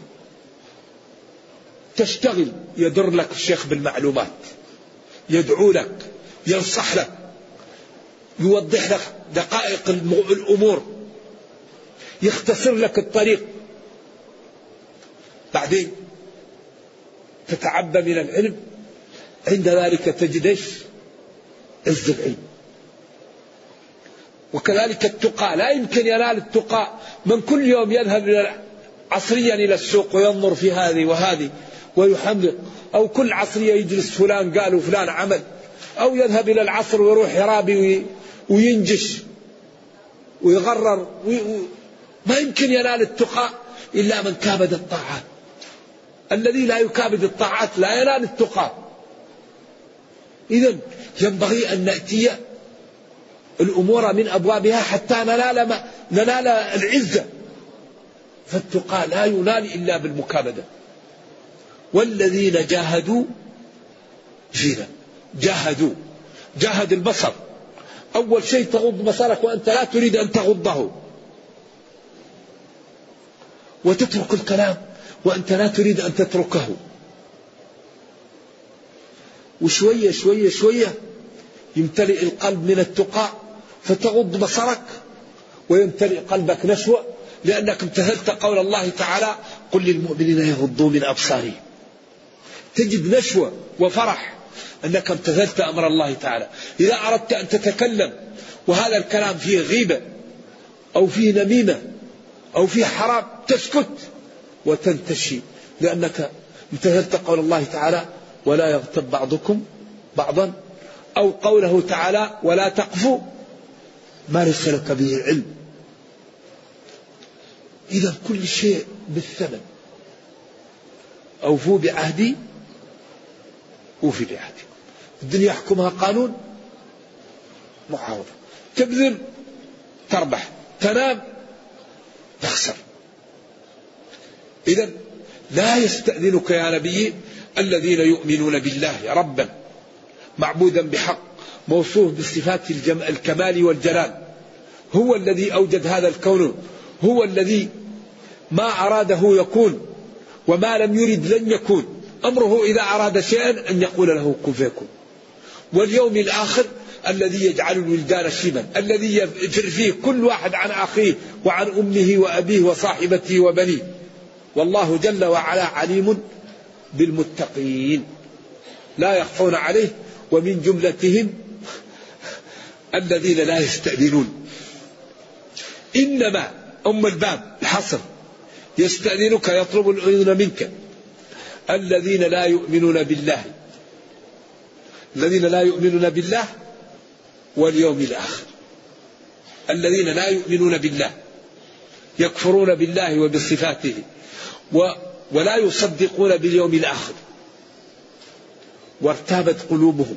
تشتغل. يدر لك الشيخ بالمعلومات، يدعو لك، ينصح لك، يوضح لك دقائق الأمور، يختصر لك الطريق. بعدين تتعبى من العلم. عند ذلك تجد عز العلم. وكذلك التقى، لا يمكن ينال التقى من كل يوم يذهب عصريا إلى السوق وينظر في هذه وهذه ويحمق، أو كل عصرية يجلس فلان قال وفلان عمل، أو يذهب إلى العصر ويروح يرابي وينجش ويغرر ما يمكن ينال التقى إلا من كابد الطاعات. الذي لا يكابد الطاعات لا ينال التقى. إذن ينبغي أن نأتي الأمور من أبوابها حتى ننال العزة. فالتقى لا ينال إلا بالمكابدة. والذين جاهدوا فينا، جاهد البصر. أول شيء تغض بصرك وأنت لا تريد أن تغضه، وتترك الكلام وأنت لا تريد أن تتركه. وشوية شوية شوية يمتلئ القلب من التقى، فتغض بصرك ويمتلئ قلبك نشوة، لأنك امتثلت قول الله تعالى: قل للمؤمنين يغضوا من أبصارهم. تجد نشوة وفرح أنك امتثلت أمر الله تعالى. إذا أردت أن تتكلم وهذا الكلام فيه غيبة أو فيه نميمة أو فيه حرام، تسكت وتنتشي، لأنك امتثلت قول الله تعالى: ولا يغتب بعضكم بعضا، أو قوله تعالى: ولا تقف ما ليس لك به علم. إذا كل شيء بالثمن. أوفوا بعهدي أوفي بعهدي. الدنيا يحكمها قانون معاوضة. تبذل تربح، تنام تخسر. إذا لا يستأذنك يا نبي الذين يؤمنون بالله ربا معبودا بحق، موصوف بصفات الكمال والجلال. هو الذي أوجد هذا الكون، هو الذي ما أراده يكون، وما لم يرد لن يكون. أمره إذا أراد شيئا أن يقول له كن فيكون. واليوم الآخر الذي يجعل الولدان شيبا، الذي يفر فيه كل واحد عن أخيه وعن أمه وأبيه وصاحبته وبنيه. والله جل وعلا عليم بالمتقين لا يخفون عليه. ومن جملتهم الذين لا يستأذنون. إنما الباب الحصر يستأذنك، يطلب الأذن منك الذين لا يؤمنون بالله، الذين لا يؤمنون بالله واليوم الآخر. الذين لا يؤمنون بالله يكفرون بالله وبصفاته ولا يصدقون باليوم الآخر، وارتابت قلوبهم،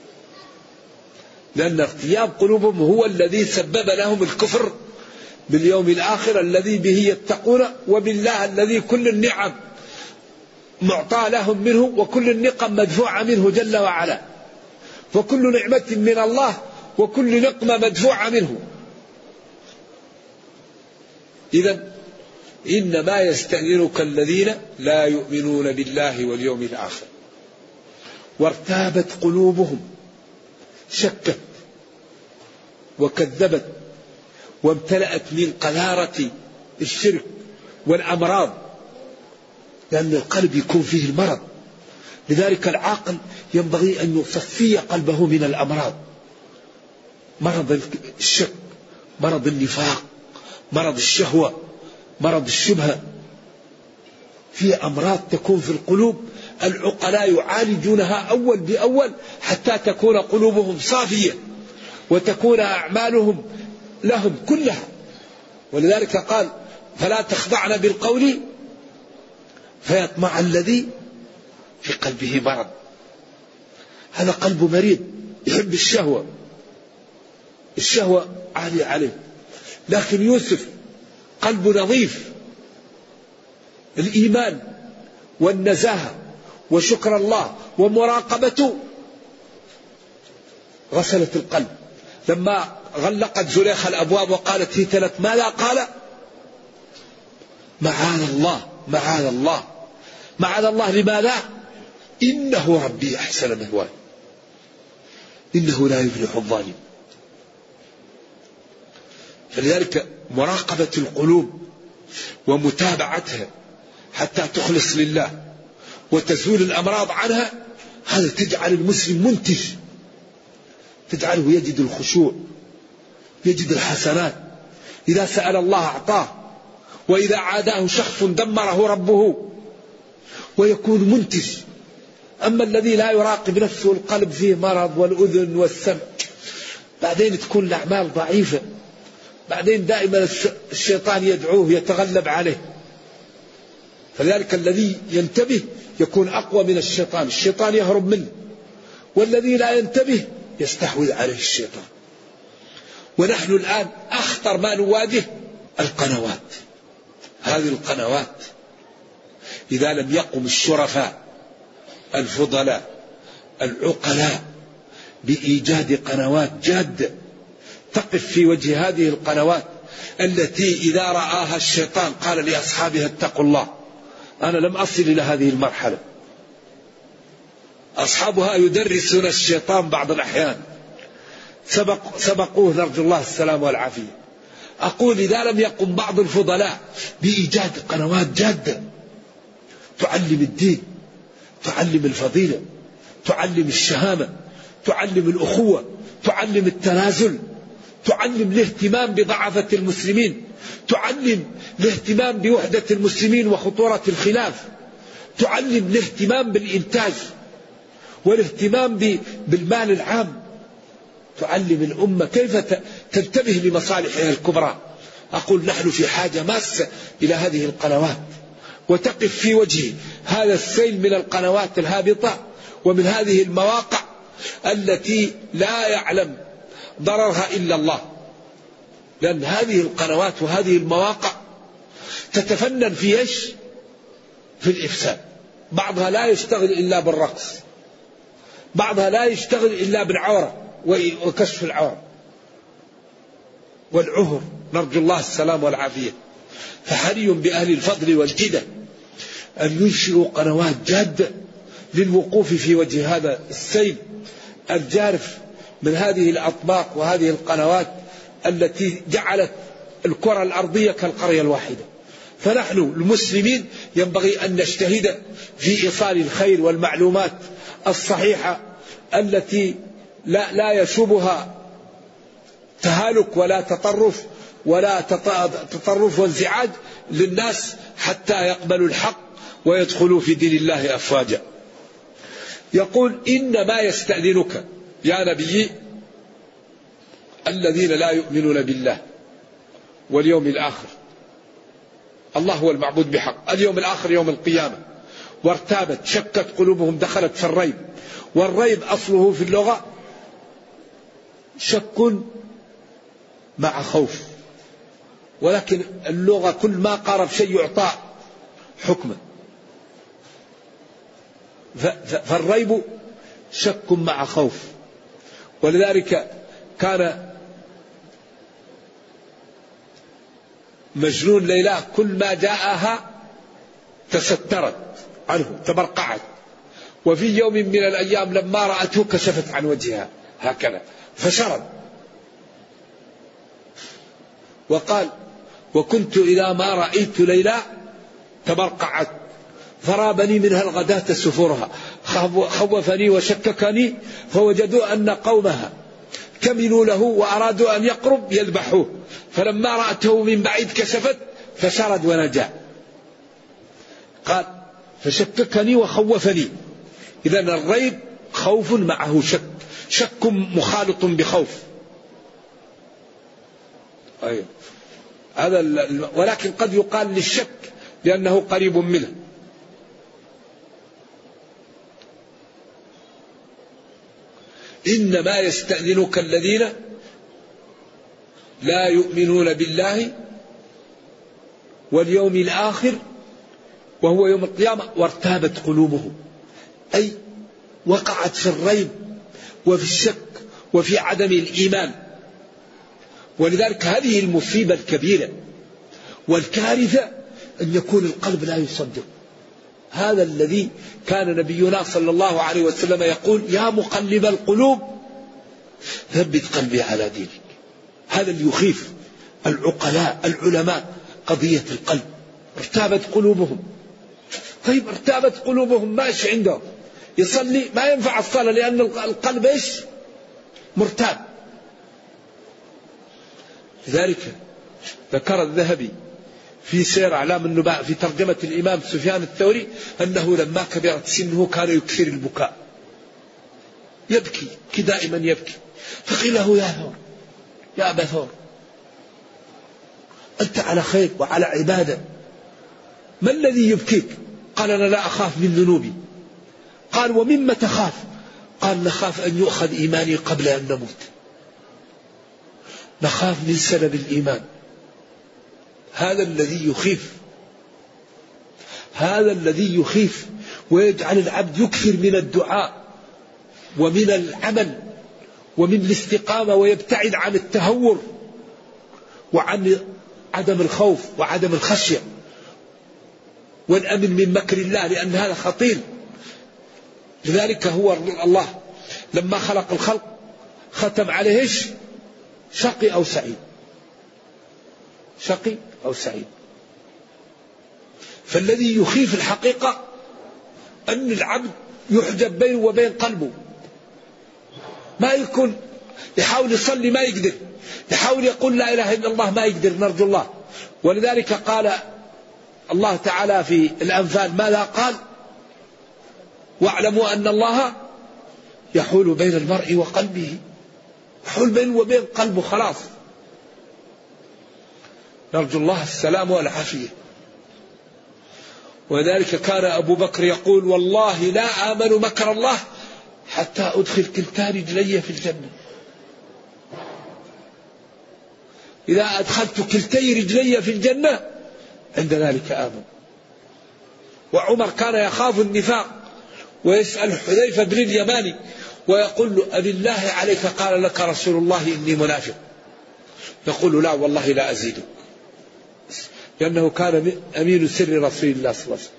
لأن ارتياب قلوبهم هو الذي سبب لهم الكفر باليوم الآخر الذي به يتقون، وبالله الذي كل النعم معطى لهم منه وكل النقم مدفوعة منه جل وعلا. فكل نعمة من الله وكل نقمة مدفوعة منه. إذن إنما يستأذنك الذين لا يؤمنون بالله واليوم الآخر وارتابت قلوبهم، شكت وكذبت وامتلأت من قذارة الشرك والأمراض، لأن القلب يكون فيه المرض. لذلك العاقل ينبغي أن يصفي قلبه من الأمراض، مرض الشك، مرض النفاق، مرض الشهوة، مرض الشبهة. في أمراض تكون في القلوب العقلاء يعالجونها أول بأول حتى تكون قلوبهم صافية وتكون أعمالهم لهم كلها. ولذلك قال فلا تخضعن بالقول فيطمع الذي في قلبه مرض. هذا قلبه مريض يحب الشهوة، الشهوة عالية عليه. لكن يوسف قلبه نظيف، الإيمان والنزاهة وشكر الله ومراقبته غسلت القلب. لما غلقت زليخة الأبواب وقالت هيت لك ماذا قال؟ معاذ الله معاذ الله معاذ الله. لماذا؟ إنه ربي أحسن مثواي إنه لا يفلح الظالم. فلذلك مراقبة القلوب ومتابعتها حتى تخلص لله وتزول الأمراض عنها، هذا تجعل المسلم منتج، تجعله يجد الخشوع، يجد الحسنات، إذا سأل الله أعطاه، وإذا عاداه شخص دمره ربه، ويكون منتج. أما الذي لا يراقب نفسه القلب فيه مرض والأذن والسمع، بعدين تكون الأعمال ضعيفة، بعدين دائما الشيطان يدعوه يتغلب عليه. فلذلك الذي ينتبه يكون أقوى من الشيطان، الشيطان يهرب منه، والذي لا ينتبه يستحوذ عليه الشيطان. ونحن الآن أخطر ما نواجه القنوات. هذه القنوات إذا لم يقم الشرفاء الفضلاء العقلاء بإيجاد قنوات جادة تقف في وجه هذه القنوات التي إذا رآها الشيطان قال لأصحابها اتقوا الله. أنا لم أصل إلى هذه المرحلة، أصحابها يدرسون الشيطان بعض الأحيان، سبقوه نرجو الله السلام والعافية. أقول إذا لم يقم بعض الفضلاء بإيجاد قنوات جادة تعلم الدين، تعلم الفضيلة، تعلم الشهامة، تعلم الأخوة، تعلم التنازل، تعلم الاهتمام بضعفة المسلمين، تعلم الاهتمام بوحدة المسلمين وخطورة الخلاف، تعلم الاهتمام بالإنتاج والاهتمام بالمال العام، تعلم الأمة كيف تنتبه لمصالحها الكبرى. أقول نحن في حاجة ماسة إلى هذه القنوات، وتقف في وجه هذا السيل من القنوات الهابطة ومن هذه المواقع التي لا يعلم ضررها إلا الله. لأن هذه القنوات وهذه المواقع تتفنن في إيش؟ في الإفساد. بعضها لا يشتغل إلا بالرقص، بعضها لا يشتغل إلا بالعورة وكشف العورة والعهر، نرجو الله السلام والعافية. فحري بأهل الفضل والجدة أن ينشئوا قنوات جادة للوقوف في وجه هذا السيل الجارف من هذه الأطباق وهذه القنوات التي جعلت الكرة الأرضية كالقرية الواحدة. فنحن المسلمين ينبغي أن نجتهد في إيصال الخير والمعلومات الصحيحة التي لا يشوبها تهالك ولا تطرف ولا تطرف وانزعاج للناس حتى يقبلوا الحق ويدخلوا في دين الله أفواجا. يقول إنما يستأذنك يا نبي الذين لا يؤمنون بالله واليوم الآخر. الله هو المعبود بحق، اليوم الآخر يوم القيامة، وارتابت شكت قلوبهم، دخلت في الريب. والريب أصله في اللغة شك مع خوف، ولكن اللغة كل ما قارب شيء يعطى حكما. فالريب شك مع خوف. ولذلك كان مجنون ليلى كل ما جاءها تسترت عنه تبرقعت، وفي يوم من الأيام لما رأته كشفت عن وجهها هكذا فشرد. وقال وكنت إذا ما رأيت ليلى تبرقعت فرابني منها الغداة سفورها، خوفني وشككني، فوجدوا أن قومها كملوا له وأرادوا أن يقرب يذبحوه، فلما رأته من بعيد كشفت فشرد ونجا. قال فشككني وخوفني. إذن الريب خوف معه شك، شك مخالط بخوف. أيوة. هذا ولكن قد يقال للشك لأنه قريب منه. إنما يستأذنك الذين لا يؤمنون بالله واليوم الآخر وهو يوم القيامة وارتابت قلوبهم، أي وقعت في الريب وفي الشك وفي عدم الإيمان. ولذلك هذه المصيبة الكبيرة والكارثة أن يكون القلب لا يصدق. هذا الذي كان نبينا صلى الله عليه وسلم يقول يا مقلب القلوب ثبت قلبي على دينك. هذا اللي يخيف العقلاء العلماء، قضية القلب. ارتابت قلوبهم. طيب ارتابت قلوبهم ماشي عندهم، يصلي ما ينفع الصلاة لأن القلب ايش؟ مرتاب. لذلك ذكر الذهبي في سير أعلام النبلاء في ترجمة الإمام سفيان الثوري أنه لما كبرت سنه كان يكثر البكاء، يبكي دائما يبكي. فقيل له يا ثور، يا أبا ثور أنت على خير وعلى عبادة، ما الذي يبكيك؟ قال أنا لا أخاف من ذنوبي. قال ومما تخاف؟ قال نخاف أن يؤخذ إيماني قبل أن نموت، نخاف من سلب الإيمان. هذا الذي يخيف، هذا الذي يخيف ويجعل العبد يكثر من الدعاء ومن العمل ومن الاستقامة ويبتعد عن التهور وعن عدم الخوف وعدم الخشية والأمن من مكر الله، لأن هذا خطير. لذلك هو الله لما خلق الخلق ختم عليه ايش؟ شقي أو سعيد، شقي أو سعيد. فالذي يخيف الحقيقة أن العبد يحجب بينه وبين قلبه، ما يكون يحاول يصلي ما يقدر، يحاول يقول لا إله إلا الله ما يقدر، نرجو الله. ولذلك قال الله تعالى في الأنفال ماذا قال؟ واعلموا أن الله يحول بين المرء وقلبه، يحول بينه وبين قلبه خلاص. نرجو الله السلام والعافية. وذلك كان أبو بكر يقول والله لا آمن مكر الله حتى أدخل كلتا رجلي في الجنة. إذا أدخلت كلتي رجلي في الجنة عند ذلك آمن. وعمر كان يخاف النفاق ويسأل حذيفة بن اليماني ويقول له أبي الله عليك قال لك رسول الله إني منافق، يقول لا والله لا أزيدك، لأنه كان أمين سر رسول الله صلى الله عليه وسلم.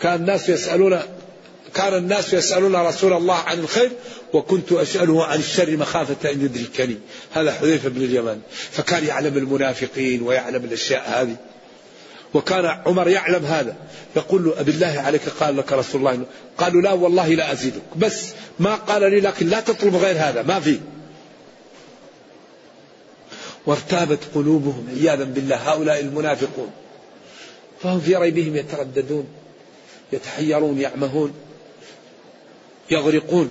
كان الناس يسألون رسول الله عن الخير وكنت أسأله عن الشر مخافة أن يدركني. هذا حذيفة بن اليمان، فكان يعلم المنافقين ويعلم الأشياء هذه. وكان عمر يعلم هذا، يقول له أبي الله عليك قال لك رسول الله، قالوا لا والله لا أزيدك، بس ما قال لي لكن لا تطلب غير هذا ما في. وارتابت قلوبهم عياذا بالله هؤلاء المنافقون، فهم في ريبهم يترددون يتحيرون يعمهون يغرقون.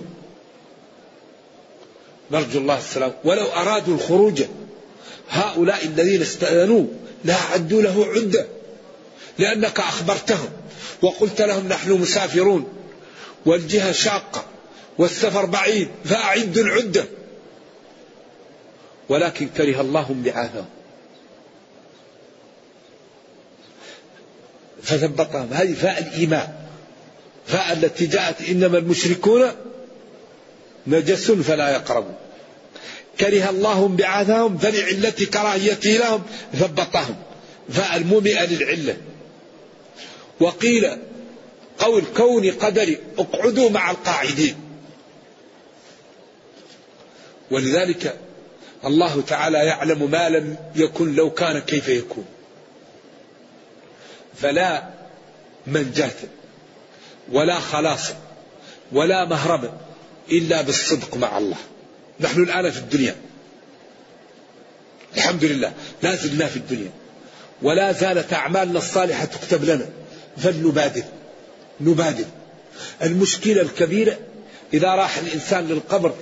نرجو الله السلام. ولو أرادوا الخروج هؤلاء الذين استأذنوا لا عدوا له عدة، لأنك أخبرتهم وقلت لهم نحن مسافرون والجهة شاقة والسفر بعيد فأعدوا العدة، ولكن كره الله بعاثهم فثبطهم. هذه فاء الإيمان، فاء التي جاءت إنما المشركون نجس فلا يقربوا. كره الله بعاثهم فلعلة كراهيته لهم ثبطهم، فاء المومئة للعلة. وقيل قول كوني قدري اقعدوا مع القاعدين. ولذلك الله تعالى يعلم ما لم يكن لو كان كيف يكون، فلا منجاة ولا خلاص ولا مهرب إلا بالصدق مع الله. نحن الآن في الدنيا الحمد لله لا زلنا في الدنيا ولا زالت أعمالنا الصالحة تكتب لنا، فلنبادر نبادر. المشكلة الكبيرة إذا راح الإنسان للقبر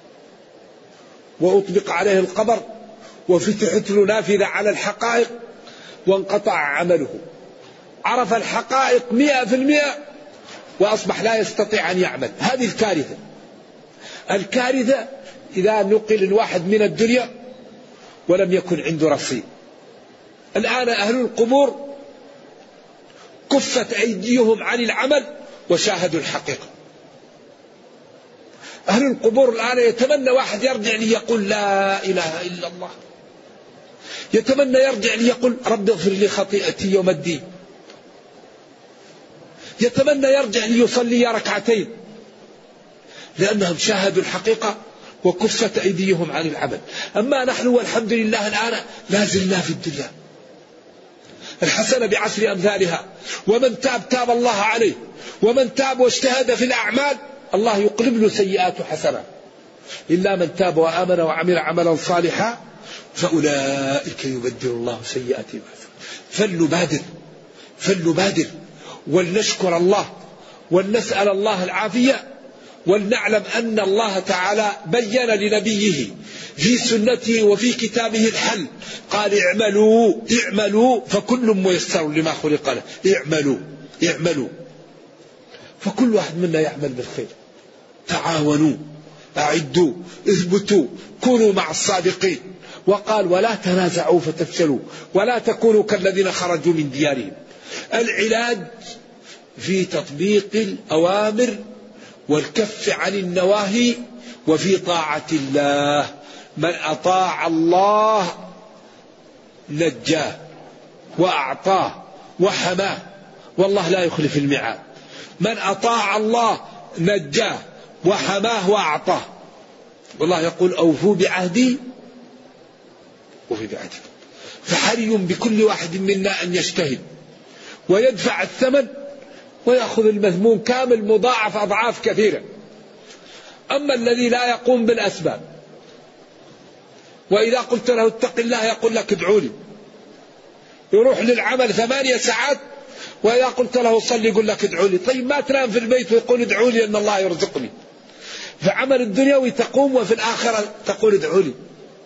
وأطبق عليه القبر وفتحت له نافذة على الحقائق وانقطع عمله، عرف الحقائق 100% وأصبح لا يستطيع أن يعمل. هذه الكارثة. الكارثة إذا نقل الواحد من الدنيا ولم يكن عنده رصيد. الآن أهل القبور كفت أيديهم عن العمل وشاهدوا الحقيقة. أهل القبور الآن يتمنى واحد يرجع ليقول لا إله إلا الله، يتمنى يرجع ليقول رب اغفر لي خطيئتي يوم الدين، يتمنى يرجع ليصلي ركعتين، لأنهم شاهدوا الحقيقة وكفت أيديهم عن العمل. أما نحن والحمد لله الآن لا زلنا في الدنيا. الحسنة بعشر أمثالها، ومن تاب تاب الله عليه، ومن تاب واجتهد في الأعمال الله يقلب له سيئات حسنة، إلا من تاب وآمن وعمل عملا صالحا فأولئك يبدل الله سيئاتهم حسنات. فلنبادر ولنشكر الله ولنسأل الله العافية، ولنعلم أن الله تعالى بين لنبيه في سنته وفي كتابه الحل، قال اعملوا فكل ميسر لما خلق له. اعملوا فكل واحد منا يعمل بالخير. تعاونوا، أعدوا، اثبتوا، كونوا مع الصادقين. وقال ولا تنازعوا فتفشلوا ولا تكونوا كالذين خرجوا من ديارهم. العلاج في تطبيق الأوامر والكف عن النواهي وفي طاعة الله. من أطاع الله نجاه وأعطاه وحماه، والله لا يخلف الميعاد. من أطاع الله نجاه وحماه وأعطاه، والله يقول أوفوا بعهدي وفي بعهدكم. فحري بكل واحد منا أن يجتهد ويدفع الثمن ويأخذ المذموم كامل مضاعف أضعاف كثيرة. أما الذي لا يقوم بالأسباب، وإذا قلت له اتق الله يقول لك ادعوا لي، يروح للعمل 8 ساعات وإذا قلت له صلي يقول لك ادعوا لي. طيب ما تنام في البيت ويقول ادعوا لي أن الله يرزقني. فعمل الدنيا تقوم وفي الآخرة تقول ادعوا لي.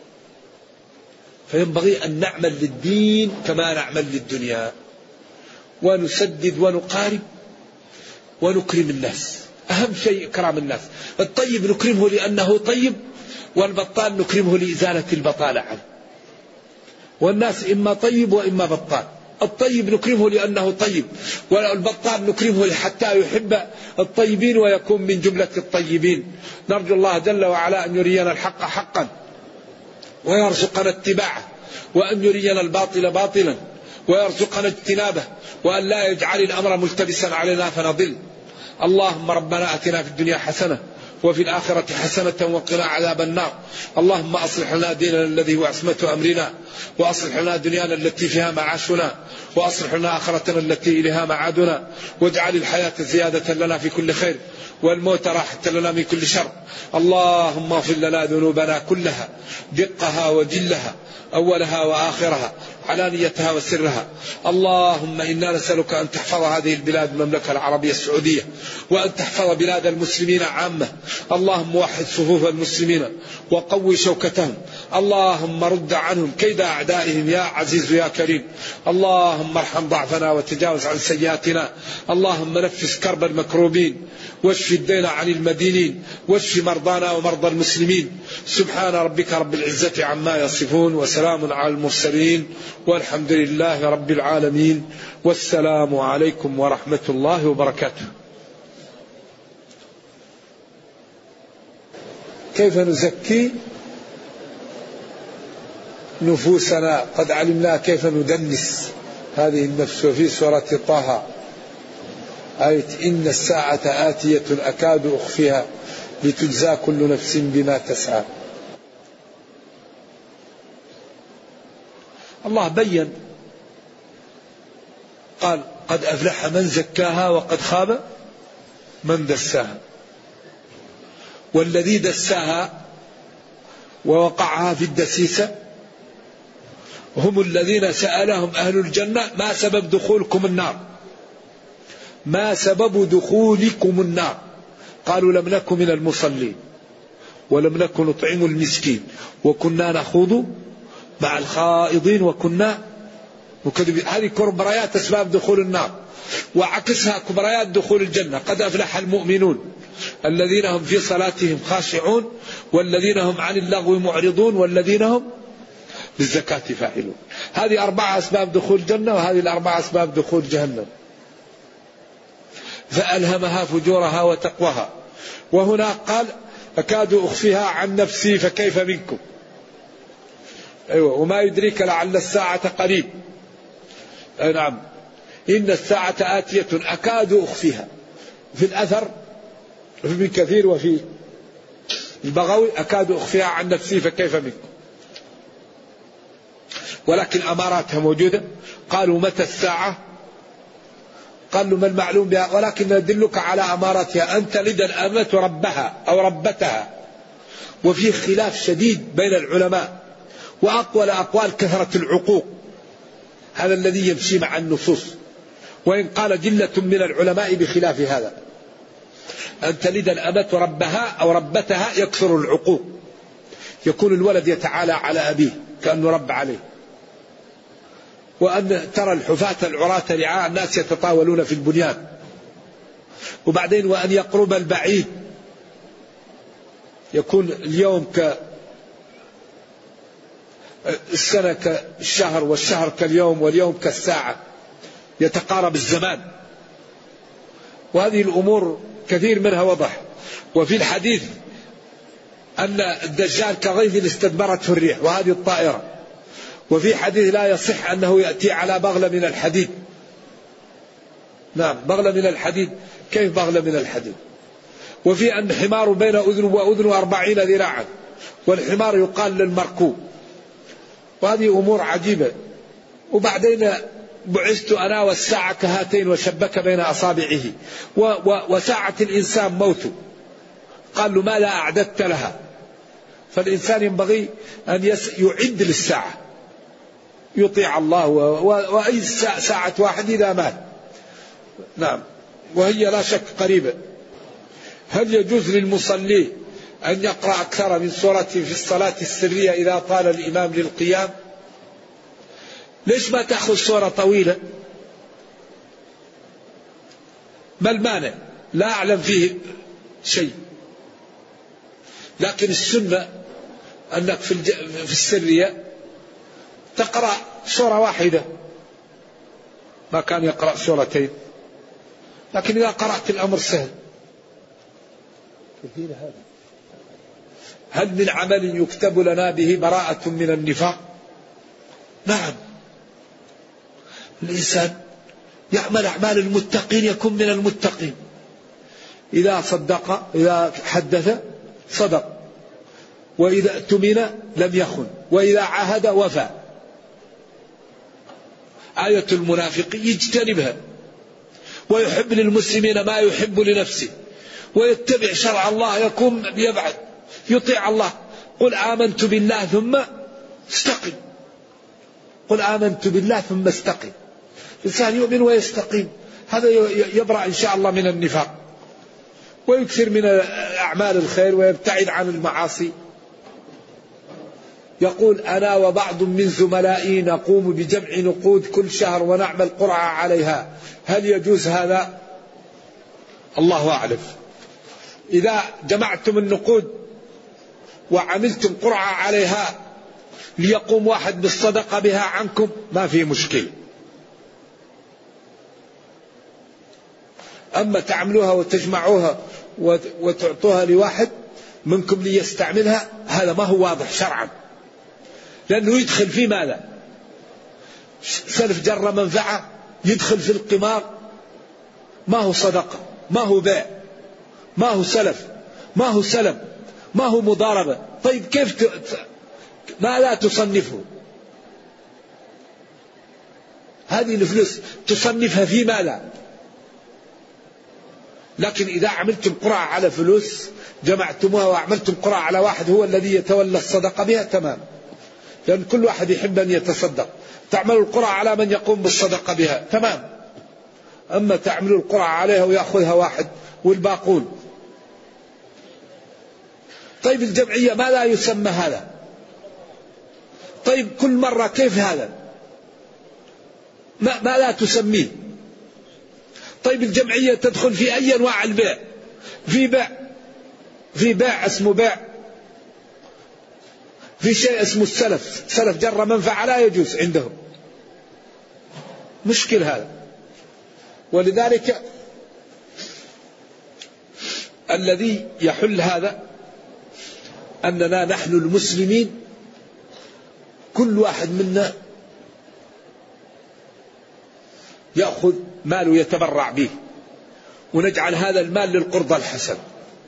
فينبغي أن نعمل للدين كما نعمل للدنيا، ونسدد ونقارب ونكرم الناس. أهم شيء إكرام الناس. الطيب نكرمه لأنه طيب، والبطال نكرمه لإزالة البطالة عنه. والناس إما طيب وإما بطال. الطيب نكرمه لأنه طيب، والبطال نكرمه حتى يحب الطيبين ويكون من جملة الطيبين. نرجو الله جل وعلا أن يرينا الحق حقا ويرزقنا اتباعه، وأن يرينا الباطل باطلا ويرزقنا اجتنابه، وأن لا يجعل الأمر ملتبسا علينا فنضل. اللهم ربنا أتنا في الدنيا حسنة وفي الآخرة حسنة وقنا عذاب النار. اللهم أصلح لنا ديننا الذي هو عصمة أمرنا، وأصلح لنا دنيانا التي فيها معاشنا، وأصلح لنا آخرتنا التي إليها معادنا، واجعل الحياة زيادة لنا في كل خير والموت راحة لنا من كل شر. اللهم اغفر لنا ذنوبنا كلها دقها وجلها، أولها وآخرها، علانيتها وسرها. اللهم إنا نسألك أن تحفظ هذه البلاد المملكة العربية السعودية، وأن تحفظ بلاد المسلمين عامة. اللهم وحد صفوف المسلمين وقوي شوكتهم. اللهم رد عنهم كيد أعدائهم يا عزيز يا كريم. اللهم ارحم ضعفنا وتجاوز عن سيئاتنا. اللهم نفس كرب المكروبين، واشف الدين عن المدينين، واشف مرضانا ومرضى المسلمين. سبحان ربك رب العزة عما يصفون، وسلام على المرسلين، والحمد لله رب العالمين. والسلام عليكم ورحمة الله وبركاته. كيف نزكي نفوسنا؟ قد علمنا كيف ندنس هذه النفس. وفي سورة طه آية إن الساعة آتية أكاد أخفيها لتجزى كل نفس بما تسعى. الله بين قال قد أفلح من زكاها وقد خاب من دساها. والذي دساها ووقعها في الدسيسة هم الذين سألهم أهل الجنة ما سبب دخولكم النار؟ ما سبب دخولكم النار؟ قالوا لم نكن من المصلين ولم نكن نطعم المسكين وكنا نخوض مع الخائضين وكنا نكذب. هذه كبريات أسباب دخول النار، وعكسها كبريات دخول الجنة. قد أفلح المؤمنون الذين هم في صلاتهم خاشعون والذين هم عن اللغو معرضون والذين هم بالزكاة فاعلون. هذه 4 أسباب دخول الجنة، وهذه 4 أسباب دخول جهنم. فألهمها فجورها وتقواها. وهنا قال أكاد أخفيها عن نفسي فكيف منكم. أيوة. وما يدريك لعل الساعة قريب. نعم، إن الساعة آتية أكاد أخفيها. في الأثر في ابن كثير وفي البغوي أكاد أخفيها عن نفسي فكيف منكم. ولكن أماراتها موجودة. قالوا متى الساعة؟ قالوا ما المعلوم بها، ولكن ندلك على أماراتها أن تلد الأمة ربها أو ربتها. وفي خلاف شديد بين العلماء، وأقوى الأقوال كثرة العقوق، هذا الذي يمشي مع النصوص، وإن قال جلة من العلماء بخلاف هذا. أن تلد الأمة ربها أو ربتها يكثر العقوق، يكون الولد يتعالى على أبيه كأنه رب عليه. وأن ترى الحفاة العراة رعاء الناس يتطاولون في البنيان. وبعدين وأن يقرب البعيد، يكون اليوم كالسنة كالشهر والشهر كاليوم واليوم كالساعة، يتقارب الزمان. وهذه الأمور كثير منها وضح. وفي الحديث أن الدجال كغيث استدبرته الريح، وهذه الطائرة. وفي حديث لا يصح أنه يأتي على بغلة من الحديد. نعم، بغلة من الحديد. كيف بغلة من الحديد؟ وفي أن حمار بين أذن وأذن 40 ذراعا، والحمار يقال للمركوب. وهذه أمور عجيبة. وبعدين بعثت أنا والساعة كهاتين وشبك بين أصابعه، وساعة الإنسان موت. قال له ما لا أعددت لها؟ فالإنسان ينبغي أن يعد للساعة، يطيع الله، وأي ساعة واحد إذا مات. نعم، وهي لا شك قريبة. هل يجوز للمصلي أن يقرأ أكثر من سورة في الصلاة السرية إذا طال الإمام للقيام؟ ليش ما تأخذ سورة طويلة؟ ما المانع؟ لا أعلم فيه شيء. لكن السنة أنك في السرية تقرأ سورة واحدة، ما كان يقرأ سورتين. لكن إذا قرأت الأمر سهل. هل من عمل يكتب لنا به براءة من النفاق؟ نعم، الإنسان يعمل أعمال المتقين يكون من المتقين. إذا صدق، إذا حدث صدق، وإذا اؤتمن لم يخن، وإذا عاهد وفى. آية المنافق يجتنبها، ويحب للمسلمين ما يحب لنفسه، ويتبع شرع الله، يكون يبعد، يطيع الله. قل آمنت بالله ثم استقم. قل آمنت بالله ثم استقم. الإنسان يؤمن ويستقيم، هذا يبرأ إن شاء الله من النفاق، ويكثر من أعمال الخير ويبتعد عن المعاصي. يقول أنا وبعض من زملائي نقوم بجمع نقود كل شهر ونعمل قرعة عليها، هل يجوز هذا؟ الله أعلم. إذا جمعتم النقود وعملتم قرعة عليها ليقوم واحد بالصدقة بها عنكم ما في مشكلة. أما تعملوها وتجمعوها وتعطوها لواحد منكم ليستعملها، هذا ما هو واضح شرعا، لأنه يدخل في ماذا؟ سلف جر منفعة، يدخل في القمار، ما هو صدقة، ما هو بيع، ما هو سلف، ما هو سلم، ما هو مضاربة. طيب كيف ما لا تصنفه؟ هذه الفلوس تصنفها في ماذا؟ لكن إذا عملتم قرعة على فلوس، جمعتموها وعملتم قرعة على واحد هو الذي يتولى الصدقة بها، تمام، لأن كل واحد يحب أن يتصدق. تعملوا القرعة على من يقوم بالصدقة بها، تمام. أما تعمل القرعة عليها ويأخذها واحد والباقون. طيب الجمعية ما لا يسمى هذا؟ طيب كل مرة كيف هذا؟ ما لا تسميه؟ طيب الجمعية تدخل في أي أنواع البيع؟ في بيع اسمه بيع، في شيء اسمه السلف، سلف جر منفعة لا يجوز عندهم. مشكل هذا. ولذلك الذي يحل هذا أننا نحن المسلمين كل واحد منا يأخذ ماله يتبرع به، ونجعل هذا المال للقرضة الحسنة،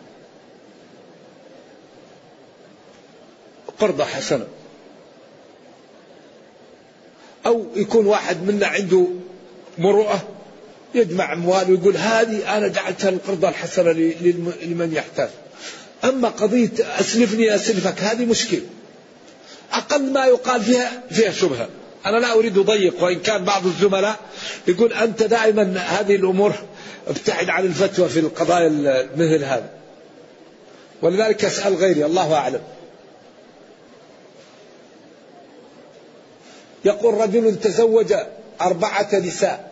قرضة حسنة. أو يكون واحد منا عنده مروءة يجمع أموال ويقول هذه أنا جعلتها القرضة الحسنة لمن يحتاج. أما قضية أسلفني أسلفك هذه مشكلة، أقل ما يقال فيها شبهة. أنا لا أريد أضيق، وإن كان بعض الزملاء يقول أنت دائما هذه الأمور ابتعد عن الفتوى في القضايا مثل هذا، ولذلك أسأل غيري الله أعلم. يقول رجل تزوج 4 نساء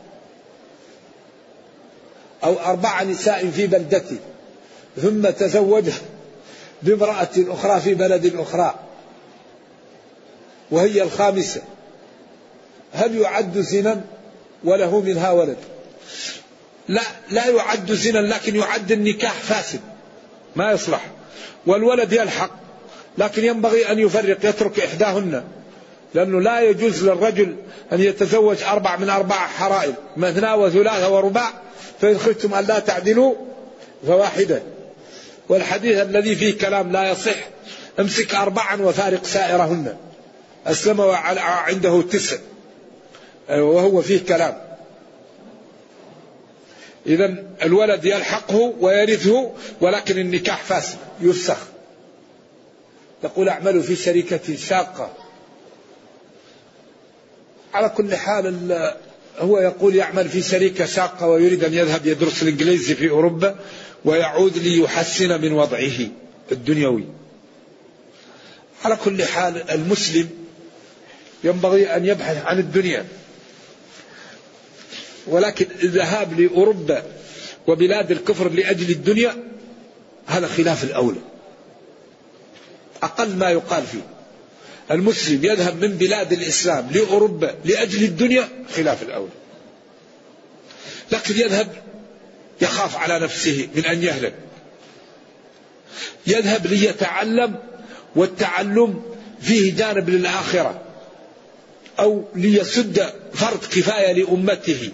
أو 4 نساء في بلدته، ثم تزوج بامرأة أخرى في بلد أخرى وهي الخامسة، هل يعد زنا وله منها ولد؟ لا يعد زنا، لكن يعد النكاح فاسد ما يصلح، والولد يلحق، لكن ينبغي أن يفرق، يترك إحداهن، لأنه لا يجوز للرجل أن يتزوج 4 من 4 حرائر، مثنى وثلاث ورباع، فإن خفتم أن لا تعدلوا فواحدة. والحديث الذي فيه كلام لا يصح، امسك 4 وفارق سائرهن، أسلم عنده 9 وهو فيه كلام. إذن الولد يلحقه ويرثه، ولكن النكاح فاسد يفسخ. يقول أعمل في شركة شاقة. على كل حال هو يقول يعمل في شركة شاقة ويريد أن يذهب يدرس الإنجليزي في أوروبا ويعود ليحسن من وضعه الدنيوي. على كل حال المسلم ينبغي أن يبحث عن الدنيا، ولكن الذهاب لأوروبا وبلاد الكفر لأجل الدنيا هذا خلاف الأولى، أقل ما يقال فيه. المسلم يذهب من بلاد الإسلام لأوروبا لأجل الدنيا خلاف الأولى، لكن يذهب يخاف على نفسه من أن يهلك، يذهب ليتعلم، والتعلم فيه جانب للآخرة، أو ليسد فرض كفاية لأمته،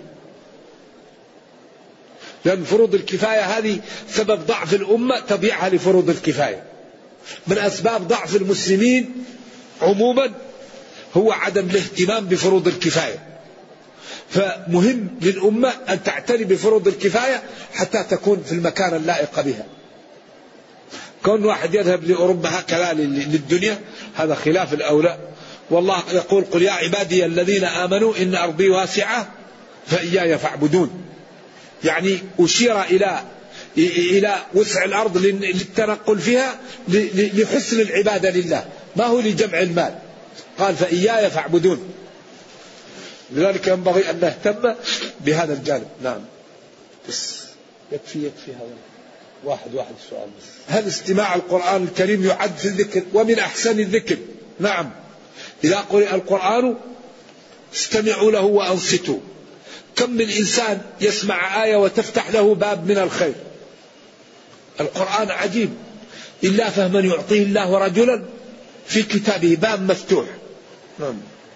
لأن فروض الكفاية هذه سبب ضعف الأمة، تضيعها لفروض الكفاية. من أسباب ضعف المسلمين عموما هو عدم الاهتمام بفروض الكفاية، فمهم للأمة أن تعتني بفروض الكفاية حتى تكون في المكان اللائق بها. كون واحد يذهب لأوروبا هكذا للدنيا هذا خلاف الأولى. والله يقول قل يا عبادي الذين آمنوا إن أرضي واسعة فإياي فاعبدون، يعني أشير إلى وسع الأرض للتنقل فيها لحسن العبادة لله، ما هو لجمع المال. قال فإياي فاعبدون، لذلك ينبغي أن نهتم بهذا الجانب. نعم بس يكفي هذا واحد سؤال بس. هل استماع القرآن الكريم يعد في الذكر ومن أحسن الذكر؟ نعم، إذا قرئ القرآن استمعوا له وأنصتوا. كم من إنسان يسمع آية وتفتح له باب من الخير. القرآن عجيب، إلا فهما يعطيه الله رجلا في كتابه باب مفتوح. نعم.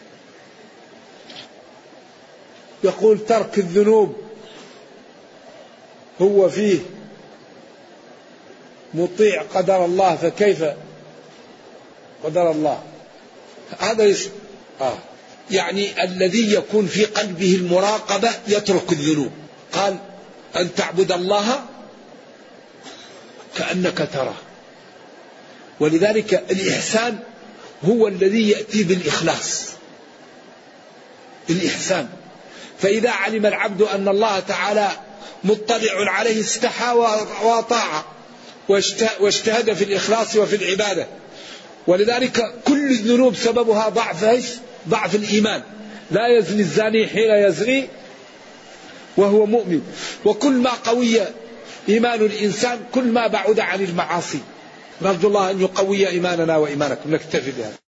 يقول ترك الذنوب هو فيه مطيع قدر الله، فكيف قدر الله؟ هذا يعني الذي يكون في قلبه المراقبة يترك الذنوب. قال أن تعبد الله كأنك تراه. ولذلك الإحسان هو الذي يأتي بالإخلاص. الإحسان فإذا علم العبد أن الله تعالى مطلع عليه استحى وطاع واجتهد في الإخلاص وفي العبادة. ولذلك كل الذنوب سببها ضعف الإيمان. لا يزني الزاني حين يزني وهو مؤمن. وكل ما قوي إيمان الإنسان كل ما بعد عن المعاصي. نرجو الله أن يقوي إيماننا وإيمانكم. نكتفي بهذا.